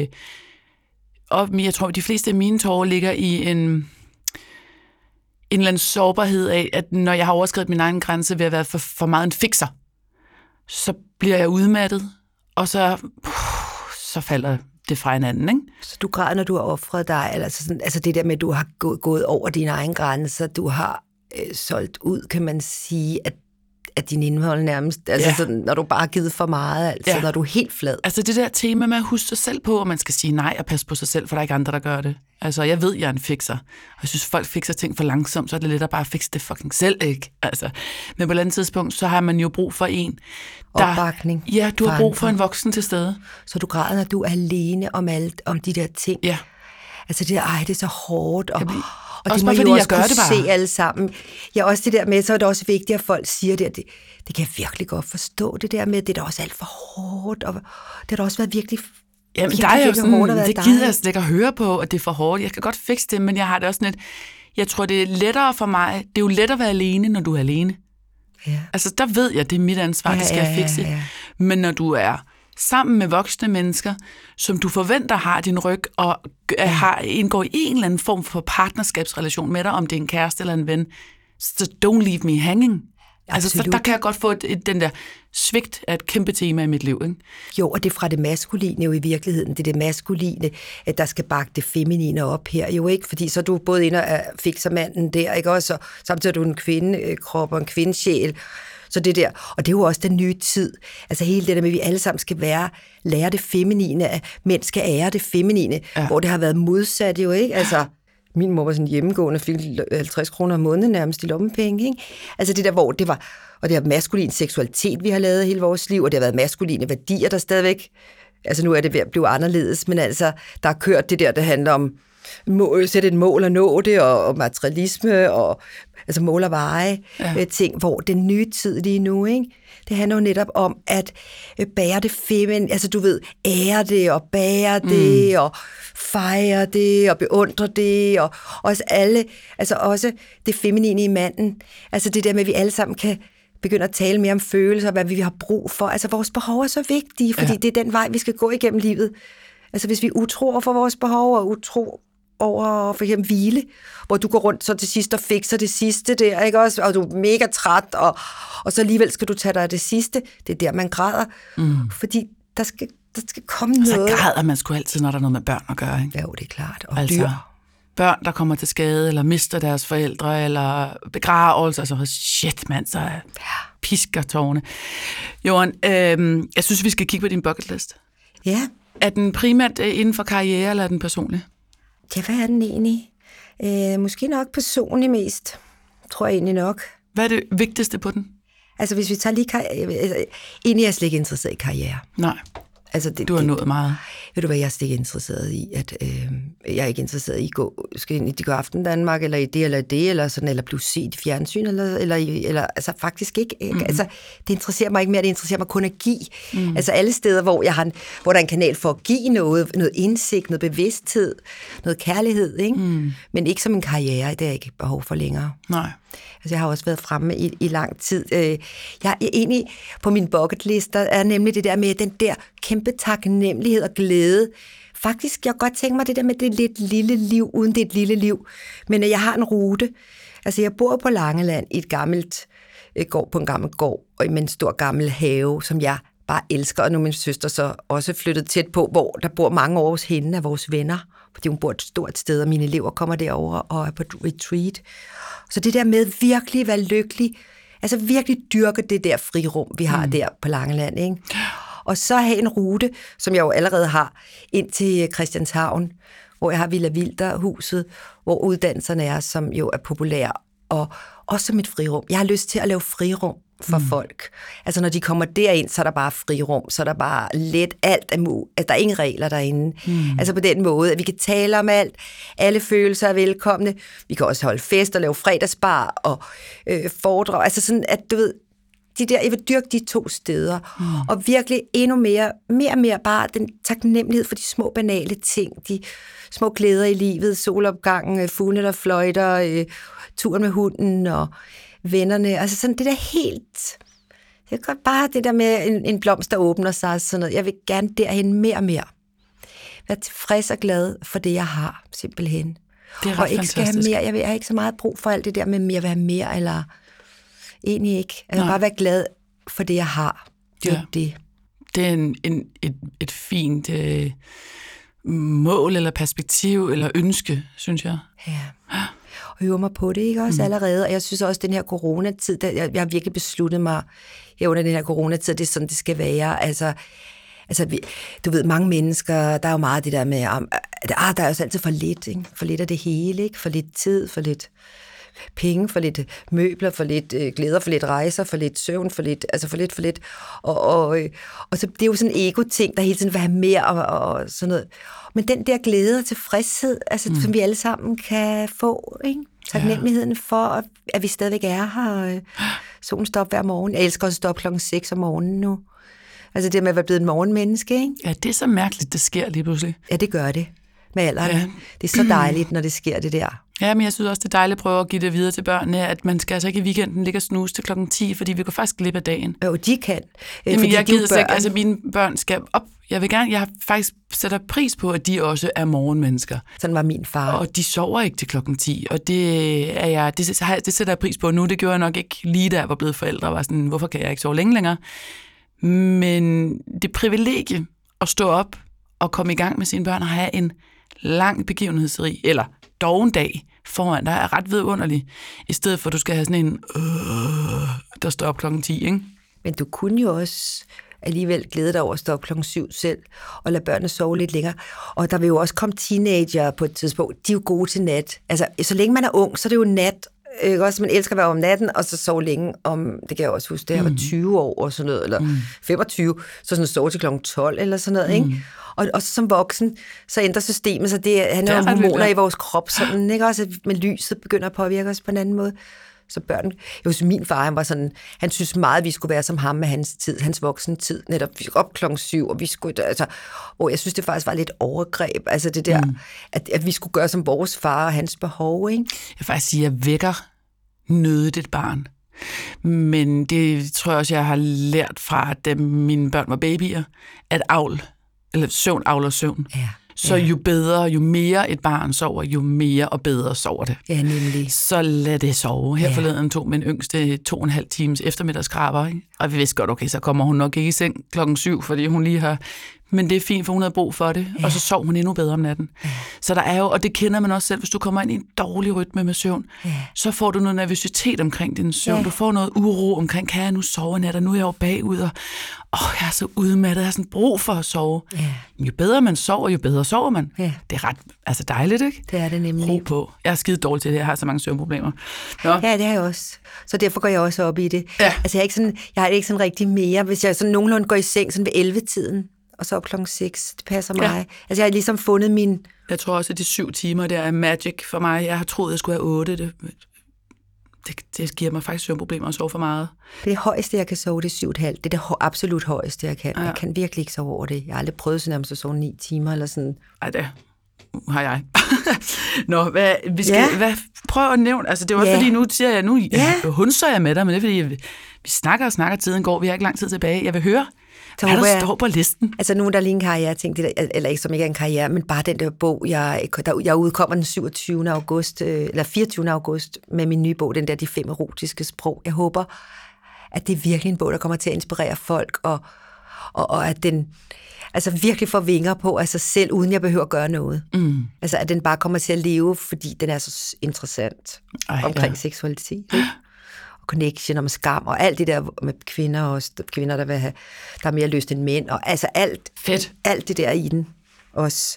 jeg tror, de fleste af mine tårer ligger i en eller anden sårbarhed af, at når jeg har overskredet min egen grænse ved at være for meget en fikser, så bliver jeg udmattet, og så falder det fra hinanden, ikke? Så du græder, når du har offret dig, eller altså det der med, at du har gået over dine egne grænser, du har solgt ud, kan man sige, at din indhold nærmest, altså sådan, når du bare har givet for meget, altså når du er helt flad. Altså det der tema med at huske sig selv på, og man skal sige nej og passe på sig selv, for der er ikke andre, der gør det. Altså jeg ved, jeg er en fikser, og jeg synes, folk fikser ting for langsomt, så er det lidt at bare fikse det fucking selv, ikke? Altså, men på et eller andet tidspunkt, så har man jo brug for en, der... Opbakning. Ja, du har brug for en voksen til stede. Så du græder, når du er alene om de der ting. Ja. Altså det er så hårdt, og det må jo også kunne se alle sammen. Ja, også det der med, så er det også vigtigt, at folk siger det, det kan jeg virkelig godt forstå, det der med, det er da også alt for hårdt, og det har da også været virkelig... Jamen, der er jo sådan, hårdt det gider jeg slet ikke at høre på, at det er for hårdt. Jeg kan godt fikse det, men jeg har det også lidt... Jeg tror, det er lettere for mig. Det er jo lettere at være alene, når du er alene. Ja. Altså, der ved jeg, det er mit ansvar, det skal jeg fikse. Ja. Men når du er sammen med voksne mennesker, som du forventer har din ryg, og indgår i en eller anden form for partnerskabsrelation med dig, om det er en kæreste eller en ven, så don't leave me hanging. Altså, så der kan jeg godt få den der svigt af et kæmpe tema i mit liv, ikke? Jo, og det er fra det maskuline jo i virkeligheden. Det er det maskuline, at der skal bakke det feminine op her, jo ikke? Fordi så er du både inde og fikser manden der, ikke også? Og samtidig er du en kvindekrop og en kvindesjæl, Så det der, og det er jo også den nye tid. Altså hele det der med, at vi alle sammen skal lære det feminine, at mænd skal ære det feminine, hvor det har været modsat jo, ikke? Altså, min mor var sådan hjemmegående, fik 50 kroner om måneden nærmest i lommepenge, ikke? Altså det der, hvor det var, og det har maskulin seksualitet, vi har lavet hele vores liv, og det har været maskuline værdier, der stadigvæk, altså nu er det ved at blive anderledes, men altså, der er kørt det der handler om sætte et mål og nå det, og materialisme, og altså mål og veje, ting, hvor den nye tid lige nu, ikke? Det handler jo netop om at bære det feminine, altså du ved, ære det, og bære det, og fejre det, og beundre det, og også alle, altså også det feminine i manden, altså det der med, at vi alle sammen kan begynde at tale mere om følelser, hvad vi har brug for, altså vores behov er så vigtige, fordi det er den vej, vi skal gå igennem livet. Altså hvis vi er utro over for vores behov, og utro over for eksempel hvile, hvor du går rundt så til sidst og fikser det sidste der, ikke også? Og du er mega træt, og så alligevel skal du tage dig af det sidste. Det er der, man græder. Fordi der skal komme noget. Så græder man sgu altid, når der er noget med børn at gøre, ikke? Jo, det er klart. Og altså, dyr. Børn, der kommer til skade, eller mister deres forældre, eller begravelse, altså shit, mand, så pisker tårne. Johan, jeg synes, vi skal kigge på din bucket list. Ja. Er den primært inden for karriere, eller er den personlig? Ja, hvad er den egentlig? Måske nok personlig mest, tror jeg egentlig nok. Hvad er det vigtigste på den? Altså, hvis vi tager lige egentlig er jeg slet ikke interesseret i karriere. Nej, altså, du har nået meget. Ved du hvad, jeg er slet ikke interesseret i, at jeg er ikke interesseret i at skal ind i Det Gør Aften Danmark, eller i det, eller sådan, eller blive set i fjernsyn, eller altså faktisk ikke. Altså, det interesserer mig ikke mere, det interesserer mig kun at give. Altså alle steder, hvor der er en kanal for at give noget indsigt, noget bevidsthed, noget kærlighed, ikke? Men ikke som en karriere, det er jeg ikke behov for længere. Nej. Altså, jeg har også været fremme i lang tid. Jeg er egentlig på min bucket list, der er nemlig det der med den der kæmpe taknemmelighed og glæde. Faktisk, jeg kan godt tænke mig det der med det lidt lille liv, uden det er et lille liv. Men jeg har en rute. Altså, jeg bor på Langeland i et gammelt gård, på en gammel gård, og med en stor gammel have, som jeg bare elsker. Og nu er min søster så også flyttet tæt på, hvor der bor mange år hos hende af vores venner. Fordi hun bor et stort sted, og mine elever kommer derover og er på retreat. Så det der med virkelig være lykkelig, altså virkelig dyrke det der frirum, vi har der på Langeland, ikke? Og så have en rute, som jeg jo allerede har, ind til Christianshavn, hvor jeg har Villa Wilder-huset, hvor uddannelserne er, som jo er populære, og også som et frirum. Jeg har lyst til at lave frirum for folk. Altså når de kommer derind, så er der bare frirum, så er der bare let alt af altså, der er ingen regler derinde. Altså på den måde, at vi kan tale om alt, alle følelser er velkomne, vi kan også holde fest og lave fredagsbar og foredrag, altså sådan, at du ved, jeg vil dyrke de 2 steder, og virkelig endnu mere bare den taknemmelighed for de små banale ting, de små glæder i livet, solopgangen, fuglene der fløjter, turen med hunden og vennerne, altså sådan det der helt, det er godt bare det der med en blomst, der åbner sig, sådan noget. Jeg vil gerne derhen mere og mere. Være tilfreds og glad for det, jeg har, simpelthen. Det er og ikke fantastisk. skal have mere, jeg har ikke så meget brug for alt det der med mere, være mere, eller egentlig ikke. Jeg vil bare være glad for det, jeg har. Det er det. Det er et fint mål, eller perspektiv, eller ønske, synes jeg. Ja. Og øver mig på det, ikke også allerede. Og jeg synes også, at den her coronatid, jeg har virkelig besluttet mig under den her coronatid, det er sådan, det skal være. Altså du ved, mange mennesker, der er jo meget det der med, der er jo altid for lidt, ikke? For lidt af det hele, ikke? For lidt tid, for lidt penge, for lidt møbler, for lidt glæder, for lidt rejser, for lidt søvn, for lidt. Og så det er jo sådan en ego-ting, der hele tiden vil have mere og sådan noget. Men den der glæde og tilfredshed, altså, som vi alle sammen kan få, ikke? Taknemmeligheden for, at vi stadigvæk er her. Solen står op hver morgen. Jeg elsker at stå op 6:00 om morgenen nu. Altså det med at være blevet en morgenmenneske, ikke? Ja, det er så mærkeligt, det sker lige pludselig. Ja, det gør det. Med alderen. Ja. Det er så dejligt, når det sker, det der. Ja, men jeg synes også, det er dejligt at prøve at give det videre til børnene, at man skal altså ikke i weekenden ligge og snuse til 10:00, fordi vi går faktisk glip af dagen. Jo, de kan. Jamen, jeg gider ikke, altså mine børn skal op. Jeg har faktisk sætter pris på, at de også er morgenmennesker. Sådan var min far. Og de sover ikke til 10:00, og det sætter jeg pris på nu. Det gjorde jeg nok ikke lige da jeg var blevet forældre, var sådan, hvorfor kan jeg ikke sove længe længere? Men det privilegie at stå op og komme i gang med sine børn og have en lang begivenhedsrig, eller doven dag, foran dig er ret vidunderlig, i stedet for, at du skal have sådan en, der står op klokken 10, ikke? Men du kunne jo også alligevel glæde dig over at stå op klokken 7 selv, og lade børnene sove lidt længere. Og der vil jo også komme teenager på et tidspunkt. De er jo gode til nat. Altså, så længe man er ung, så er det jo nat. Også man elsker at være om natten, og så sove længe om, det kan jeg også huske, da jeg var 20 år og sådan noget, eller 25, så sådan sove til klokken 12 eller sådan noget, ikke? Og så som voksen, så ændrer systemet sig. Det handler om hormoner i vores krop, sådan, ikke? Også, at lyset begynder at påvirke os på en anden måde. Så børn, min far, han var sådan, han synes meget, at vi skulle være som ham med hans tid, hans voksne tid, netop vi op klokken 7, og vi skulle, altså, og jeg synes, det faktisk var lidt overgreb, altså det der, at vi skulle gøre som vores far og hans behov, ikke? Jeg vil faktisk sige, at jeg vækker nødigt et barn. Men det tror jeg også, jeg har lært fra, da mine børn var babyer, at søvn avler søvn. Ja. Så jo bedre, jo mere et barn sover, jo mere og bedre sover det. Ja, nemlig. Så lad det sove. Her forleden tog min yngste 2,5 times eftermiddagskraber, ikke? Og vi vidste godt, okay, så kommer hun nok ikke i seng klokken 7, fordi hun lige har... Men det er fint, for hun havde brug for det, og så sov hun endnu bedre om natten. Så der er jo, og det kender man også selv, hvis du kommer ind i en dårlig rytme med søvn, så får du noget nervøsitet omkring din søvn. Du får noget uro omkring, kan jeg nu sove i nat, og nu er jeg jo bagud, og jeg er så udmattet, jeg har sådan brug for at sove. Jo bedre man sover, jo bedre sover man. Det er ret dejligt, ikke? Det er det nemlig. Ro på. Jeg er skide dårlig til det, jeg har så mange søvnproblemer. Nå. Ja, det har jeg også. Så derfor går jeg også op i det. Ja. Altså jeg har ikke sådan rigtig mere, hvis jeg sådan nogenlunde går i seng sådan ved 11-tiden, og så op klokken 6. Det passer mig. Ja. Altså, jeg har ligesom fundet min... Jeg tror også, at de 7 timer, der er magic for mig. Jeg har troet, jeg skulle have 8. Det giver mig faktisk søvnproblemer at sove for meget. Det højeste, jeg kan sove, det er 7,5. Det er det absolut højeste, jeg kan. Ja. Jeg kan virkelig ikke sove over det. Jeg har aldrig prøvet sådan nærmest at sove 9 timer eller sådan. Ej, det har jeg. Nå, prøv at nævne. Altså, det var fordi, nu siger jeg, hunser jeg med dig, men det er fordi, vi snakker og snakker, tiden går. Vi har ikke lang tid tilbage. Jeg vil høre, hvad der står på listen. Altså nu er der lige en karriere, eller ikke som ikke er en karriere, men bare den der bog, jeg udkommer den 27. august, eller 24. august, med min nye bog, den der De 5 erotiske sprog. Jeg håber, at det er virkelig en bog, der kommer til at inspirere folk, og at den altså virkelig får vinger på af sig selv, uden jeg behøver at gøre noget. Altså at den bare kommer til at leve, fordi den er så interessant omkring seksualitet, ikke? Connection og med skam, og alt det der med kvinder også, kvinder, der vil have, der er mere lyst end mænd, og altså alt. Fedt. Alt det der i den også.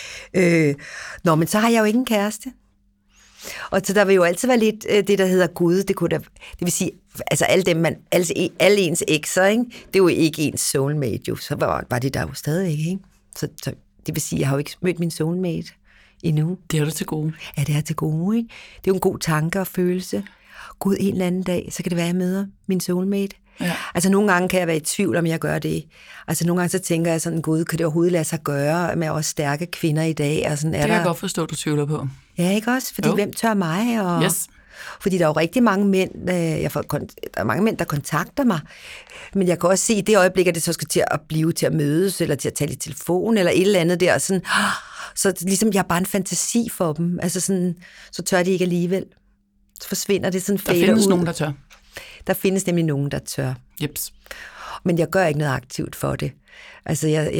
Men så har jeg jo ikke en kæreste. Og så der vil jo altid være lidt det, der hedder Gud. Det vil sige, altså alle ens ekser, ikke? Det er jo ikke ens soulmate, jo. Så var det der jo stadig ikke? Så det vil sige, jeg har jo ikke mødt min soulmate endnu. Det er du til gode. Ja, det er til gode, ikke? Det er jo en god tanke og følelse. Gud, en eller anden dag, så kan det være, at jeg møder min soulmate. Ja. Altså nogle gange kan jeg være i tvivl, om jeg gør det. Altså nogle gange så tænker jeg sådan, Gud, kan det overhovedet lade sig gøre med også stærke kvinder i dag? Og sådan, det kan jeg godt forstå, du tvivler på. Ja, ikke også? Fordi hvem tør mig? Og... Yes. Fordi der er jo rigtig mange mænd, der er mange mænd, der kontakter mig. Men jeg kan også se, i det øjeblik, at det så skal til at blive til at mødes, eller til at tale i telefon, eller et eller andet der, sådan, så ligesom jeg er bare en fantasi for dem. Altså sådan, så tør de ikke alligevel. Så forsvinder det sådan fader ud. Der findes nogen, der tør. Der findes nemlig nogen, der tør. Jeps. Men jeg gør ikke noget aktivt for det. Altså, jeg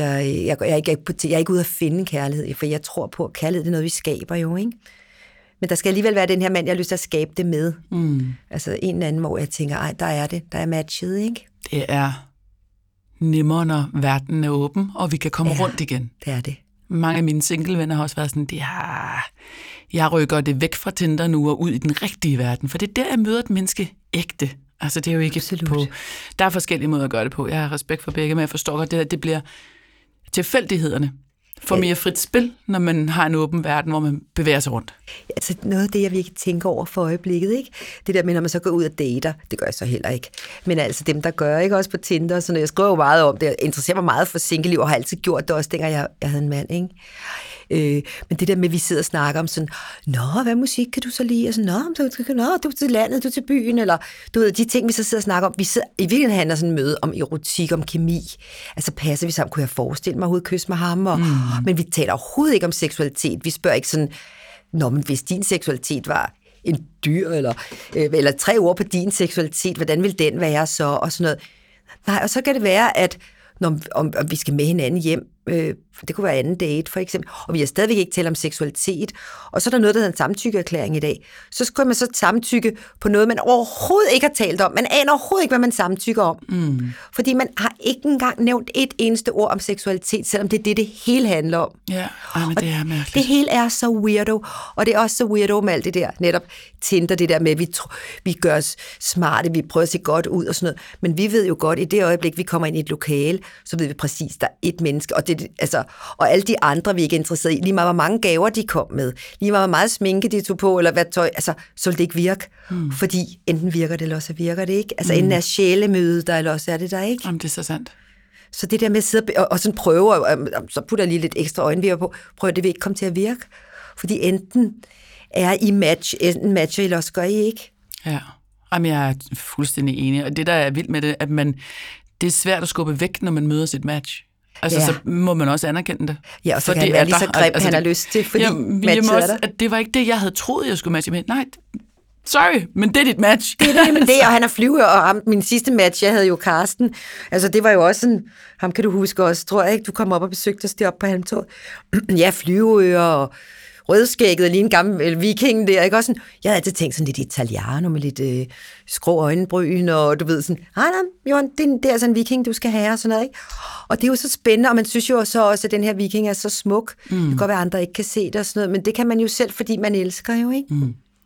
er ikke ude at finde kærlighed, for jeg tror på, at kærlighed er noget, vi skaber jo, ikke? Men der skal alligevel være den her mand, jeg har lyst til at skabe det med. Altså en eller anden, hvor jeg tænker, ej, der er det. Der er matchet, ikke? Det er nemmere, når verden er åben, og vi kan komme rundt igen. Det er det. Mange af mine singlevenner har også været sådan, jeg rykker det væk fra Tinder nu og ud i den rigtige verden, for det er der, jeg møder et menneske ægte. Altså det er jo ikke på... Der er forskellige måder at gøre det på. Jeg har respekt for begge, men jeg forstår godt, det bliver tilfældighederne. For mere frit spil, når man har en åben verden, hvor man bevæger sig rundt. Altså noget af det, jeg virkelig tænker over for øjeblikket, ikke? Det der med, når man så går ud og dater, det gør jeg så heller ikke. Men altså dem, der gør, ikke? Også på Tinder, så jeg skriver jo meget om det. Jeg interesserer mig meget for single-liv, og har altid gjort det også, dengang jeg havde en mand, ikke? Men det der med, at vi sidder og snakker om sådan, hvad musik kan du så lide? Og sådan, du er til landet, du er til byen, eller du ved, de ting, vi så sidder og snakker om. I virkeligheden handler sådan en møde om erotik, om kemi. Altså passer vi sammen, kunne jeg forestille mig at kysse med ham? Men vi taler overhovedet ikke om seksualitet. Vi spørger ikke sådan, men hvis din seksualitet var en dyr, eller 3 ord på din seksualitet, hvordan vil den være så? Og sådan noget. Nej, og så kan det være, at om vi skal med hinanden hjem, det kunne være anden date for eksempel, og vi har stadigvæk ikke talt om seksualitet, og så er der noget, der hedder en samtykkeerklæring i dag. Så skal man så samtykke på noget, man overhovedet ikke har talt om. Man aner overhovedet ikke, hvad man samtykker om. Fordi man har ikke engang nævnt et eneste ord om seksualitet, selvom det er det hele handler om. Ja, men det er mærkeligt. Det hele er så weirdo, og det er også så weirdo med alt det der, netop Tinder, det der med, at vi gør os smarte, vi prøver at se godt ud og sådan noget, men vi ved jo godt, i det øjeblik, vi kommer ind i et lokale, så ved vi præcis, der er et menneske, og alle de andre, vi ikke er interesseret i, lige meget hvor mange gaver de kom med, lige meget hvor meget sminke de tog på, eller hvad tøj, så vil det ikke virke, fordi enten virker det, eller også virker det ikke. Altså enten er sjælemøde der, eller også er det der ikke. Jamen, det er så sandt. Så det der med at sidde og sådan prøve, og så putter jeg lige lidt ekstra øjenvinger på, prøv at det vil ikke komme til at virke. Fordi enten er I enten matcher, eller også gør I ikke. Ja, jamen, jeg er fuldstændig enig. Og det, der er vildt med det, at det er svært at skubbe væk, når man møder sit match. Altså, så må man også anerkende det. Ja, og så kan han være lige så grim, han har lyst til, fordi matchet er der. At det var ikke det, jeg havde troet, jeg skulle matche med. Nej, sorry, men det er dit match. Det er det, og han er flyver, og min sidste match, jeg havde jo Karsten. Altså, det var jo også sådan, ham kan du huske også, tror jeg ikke, du kom op og besøgte os deroppe på Halmtorvet. Ja, flyveører og rødskægget, lige en gammel viking der, ikke? Også sådan, jeg havde altid tænkt sådan lidt italiano med lidt skrå øjenbryn, og du ved sådan, Johan, det er sådan en viking, du skal have, og sådan noget, ikke? Og det er jo så spændende, og man synes jo så også, at den her viking er så smuk. Det kan godt være, at andre ikke kan se det og sådan noget, men det kan man jo selv, fordi man elsker jo, ikke?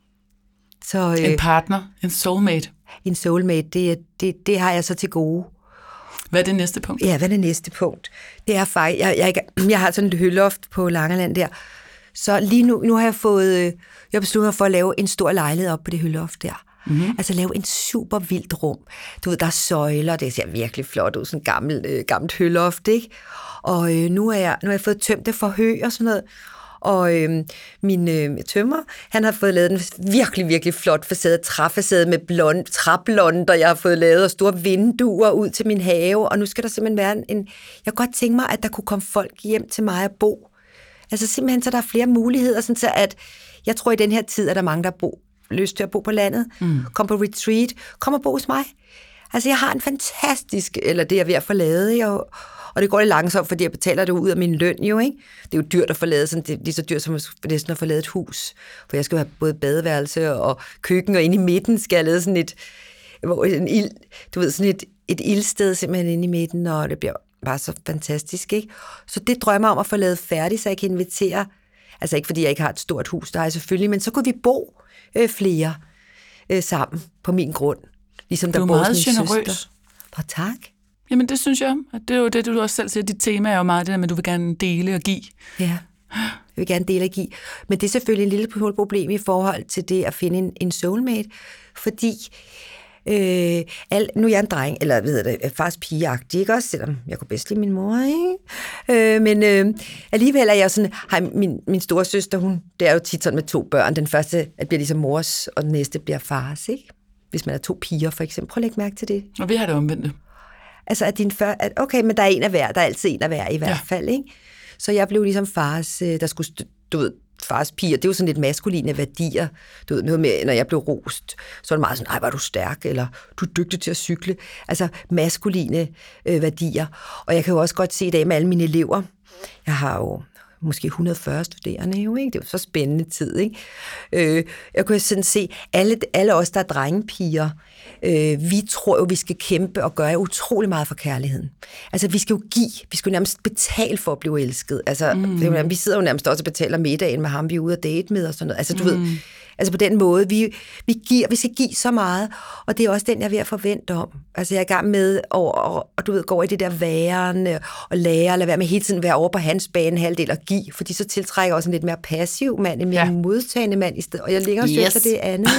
Så, en partner, en soulmate. En soulmate, det har jeg så til gode. Hvad er det næste punkt? Ja, hvad er det næste punkt? Det er faktisk, jeg har sådan et hølloft på Langeland der, så lige nu har jeg besluttet mig for at lave en stor lejlighed op på det hølloft der. Altså lave en super vildt rum. Du ved, der er søjler, det ser virkelig flot ud, sådan gammelt hølloft, ikke? Og nu har jeg fået tømt det for hø og sådan noget. Og min tømrer, han har fået lavet en virkelig, virkelig flot facade, træfacade med træblonder, jeg har fået lavet, og store vinduer ud til min have, og nu skal der simpelthen være jeg kunne godt tænke mig, at der kunne komme folk hjem til mig at bo. Altså simpelthen, så der er flere muligheder, sådan så at jeg tror, i den her tid, at der er mange, der har lyst til at bo på landet, kom på retreat, kom og bo hos mig. Altså, jeg har en fantastisk, eller det er jeg ved at få lavet, ikke? Og det går lidt langsomt, fordi jeg betaler det ud af min løn jo, ikke? Det er jo dyrt at få lavet sådan, det er lige så dyrt som næsten at få lavet et hus. For jeg skal jo have både badeværelse og køkken, og inde i midten skal jeg lave sådan et ildsted simpelthen inde i midten, og det bliver bare så fantastisk, ikke? Så det drømmer om at få lavet færdigt, så jeg kan invitere, altså ikke fordi jeg ikke har et stort hus, der er selvfølgelig, men så kunne vi bo flere sammen på min grund. Ligesom der du er meget generøs. Tak. Jamen det synes jeg. Det er jo det, du også selv siger. Dit tema er jo meget det der med, at du vil gerne dele og give. Ja, jeg vil gerne dele og give. Men det er selvfølgelig en lille problem i forhold til det at finde en soulmate, fordi nu er jeg en dreng, eller ved det, faktisk pigeagtig, ikke også, selvom jeg kunne bedst lide min mor, ikke? Men alligevel er jeg sådan, min store søster, det er jo tit sådan med 2 børn. Den første bliver ligesom mors, og den næste bliver fars, ikke? Hvis man er 2 piger, for eksempel. Prøv at lægge mærke til det. Og vi har det omvendt. Altså, okay, men der er en af hver, der er altid en af hver i hvert fald, ikke? Så jeg blev ligesom fars, der skulle, du ved, fars piger, det er jo sådan lidt maskuline værdier. Du ved, noget med, når jeg blev rost, så er det meget sådan, ej, var du stærk, eller du er dygtig til at cykle. Altså, maskuline værdier. Og jeg kan jo også godt se i dag med alle mine elever, jeg har jo måske 140 studerende jo, ikke? Det er jo så spændende tid, ikke? Jeg kunne sådan se, alle os, der er drengepiger, vi tror jo, vi skal kæmpe og gøre utrolig meget for kærligheden. Altså, vi skal jo give, vi skal jo nærmest betale for at blive elsket. Altså, vi sidder jo nærmest også og betaler middagen med ham, vi er ude at date med og sådan noget. Altså, du ved, altså på den måde, vi skal give så meget, og det er også den, jeg er ved at forvente om. Altså, jeg er i gang med, og du ved, går i det der væren, og lære, eller være med hele tiden være over på hans banehalvdel og give, fordi så tiltrækker jeg også en lidt mere passiv mand, en mere modtagende mand i stedet, og jeg ligger og søger det andet.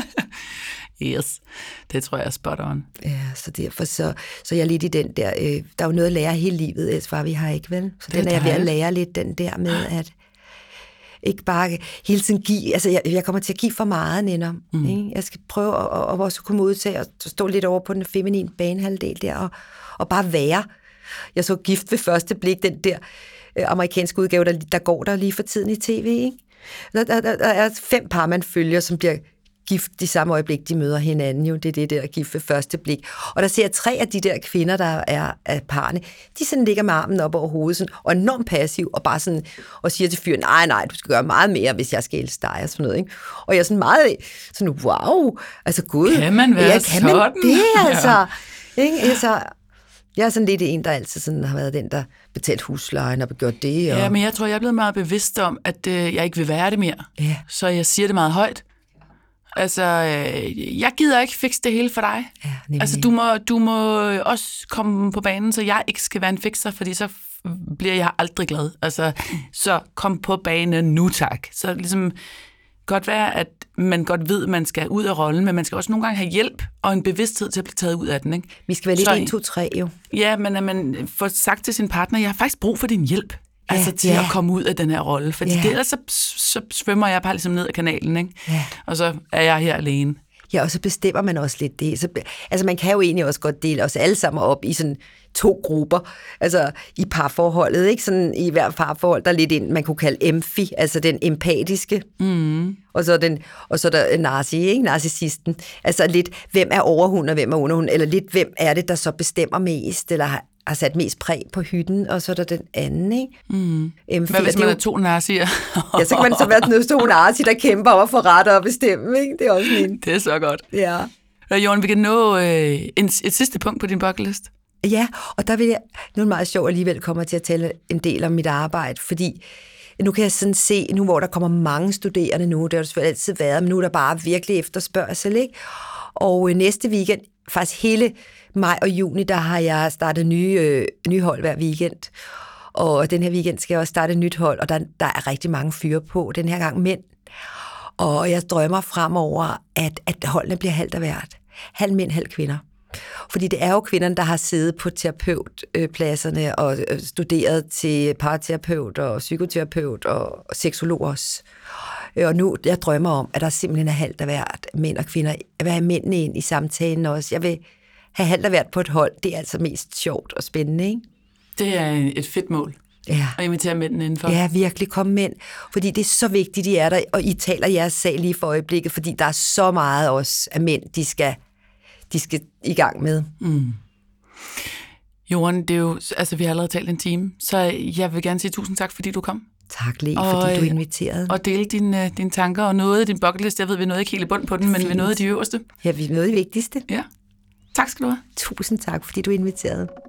Yes, det tror jeg er spot on. Ja, så derfor så jeg er lidt i den der, der er jo noget at lære hele livet, ellers var vi har ikke, vel? Så den er jeg ved at lære lidt, den der med, at ikke bare hele tiden give, altså jeg kommer til at give for meget, Nina. Ikke? Jeg skal prøve at også komme ud til at stå lidt over på den feminine banehalvdel der, og bare være. Jeg så Gift ved første blik, den der amerikanske udgave, der går der lige for tiden i tv, ikke? Der er 5 par, man følger, som bliver gift i samme øjeblik, de møder hinanden jo. Det er det der gift ved første blik. Og der ser jeg 3 af de der kvinder, der er af parne, de sådan ligger med armen op over hovedet, sådan, og enormt passiv, og bare sådan, og siger til fyren, nej, du skal gøre meget mere, hvis jeg skal elske dig, og sådan noget, ikke? Og jeg er sådan meget, sådan, wow, altså gud. Kan man være kan man sådan? det, altså? Ja. Ikke? Altså, jeg er sådan lidt en, der altid sådan har været den, der betalt huslejen og gjort det. Og... Ja, men jeg tror, jeg er blevet meget bevidst om, at jeg ikke vil være det mere. Ja. Så jeg siger det meget højt. Altså, jeg gider ikke fikse det hele for dig. Ja, altså, du må også komme på banen, så jeg ikke skal være en fikser, fordi så bliver jeg aldrig glad. Altså, så kom på banen nu, tak. Så ligesom godt være, at man godt ved, at man skal ud af rollen, men man skal også nogle gange have hjælp og en bevidsthed til at blive taget ud af den, ikke? Vi skal være lidt 1, 2, 3, jo. Ja, men at man får sagt til sin partner, jeg har faktisk brug for din hjælp. Altså til at komme ud af den her rolle. Fordi ellers så svømmer jeg bare ligesom ned ad kanalen, ikke? Ja. Og så er jeg her alene. Ja, og så bestemmer man også lidt det. Så, altså man kan jo egentlig også godt dele os alle sammen op i sådan 2 grupper. Altså i parforholdet, ikke? Sådan i hver parforhold, der er lidt en, man kunne kalde emphi, altså den empatiske. Og så er der narci, ikke? Narcissisten. Altså lidt, hvem er overhund og hvem er underhund? Eller lidt, hvem er det, der så bestemmer mest, eller har sat mest præg på hytten, og så er der den anden, ikke? Hvad hvis man er 2 narcier? Ja, så kan man så være sådan 2 narcier, der kæmper over for ret og bestemme, ikke? Det er også min. Det er så godt. Ja. Jorden, vi kan nå et sidste punkt på din bucketlist. Ja, og der vil jeg, nu er det meget sjovt alligevel kommer til at tale en del om mit arbejde, fordi nu kan jeg sådan se, nu hvor der kommer mange studerende nu, det har jo selvfølgelig altid været, men nu er der bare virkelig efterspørgsel, ikke? Og næste weekend, faktisk hele maj og juni, der har jeg startet nye hold hver weekend. Og den her weekend skal jeg også starte et nyt hold, og der er rigtig mange fyre på, den her gang mænd. Og jeg drømmer fremover, at holdene bliver halvt af hvert. Halv mænd, halv kvinder. Fordi det er jo kvinderne, der har siddet på terapeutpladserne og studeret til parterapeut og psykoterapeut og seksolog også. Og nu, jeg drømmer om, at der simpelthen er halvt af hvert mænd og kvinder. Jeg vil have mændene ind i samtalen også. Jeg vil have halvt af hvert på et hold. Det er altså mest sjovt og spændende, ikke? Det er et fedt mål. Ja. At invitere mændene indenfor. Ja, virkelig komme mænd. Fordi det er så vigtigt, de er der. Og I taler jeres sag lige for øjeblikket, fordi der er så meget også af mænd, de skal i gang med. Jorden, det er jo, altså vi har allerede talt en time, så jeg vil gerne sige tusind tak, fordi du kom. Tak, Lea, fordi du inviterede. Og dele dine tanker og noget af din bucketlist. Jeg ved, vi nåede ikke helt i bund på den, men vi nåede de øverste. Ja, vi nåede det vigtigste. Ja. Tak skal du have. Tusind tak, fordi du inviterede.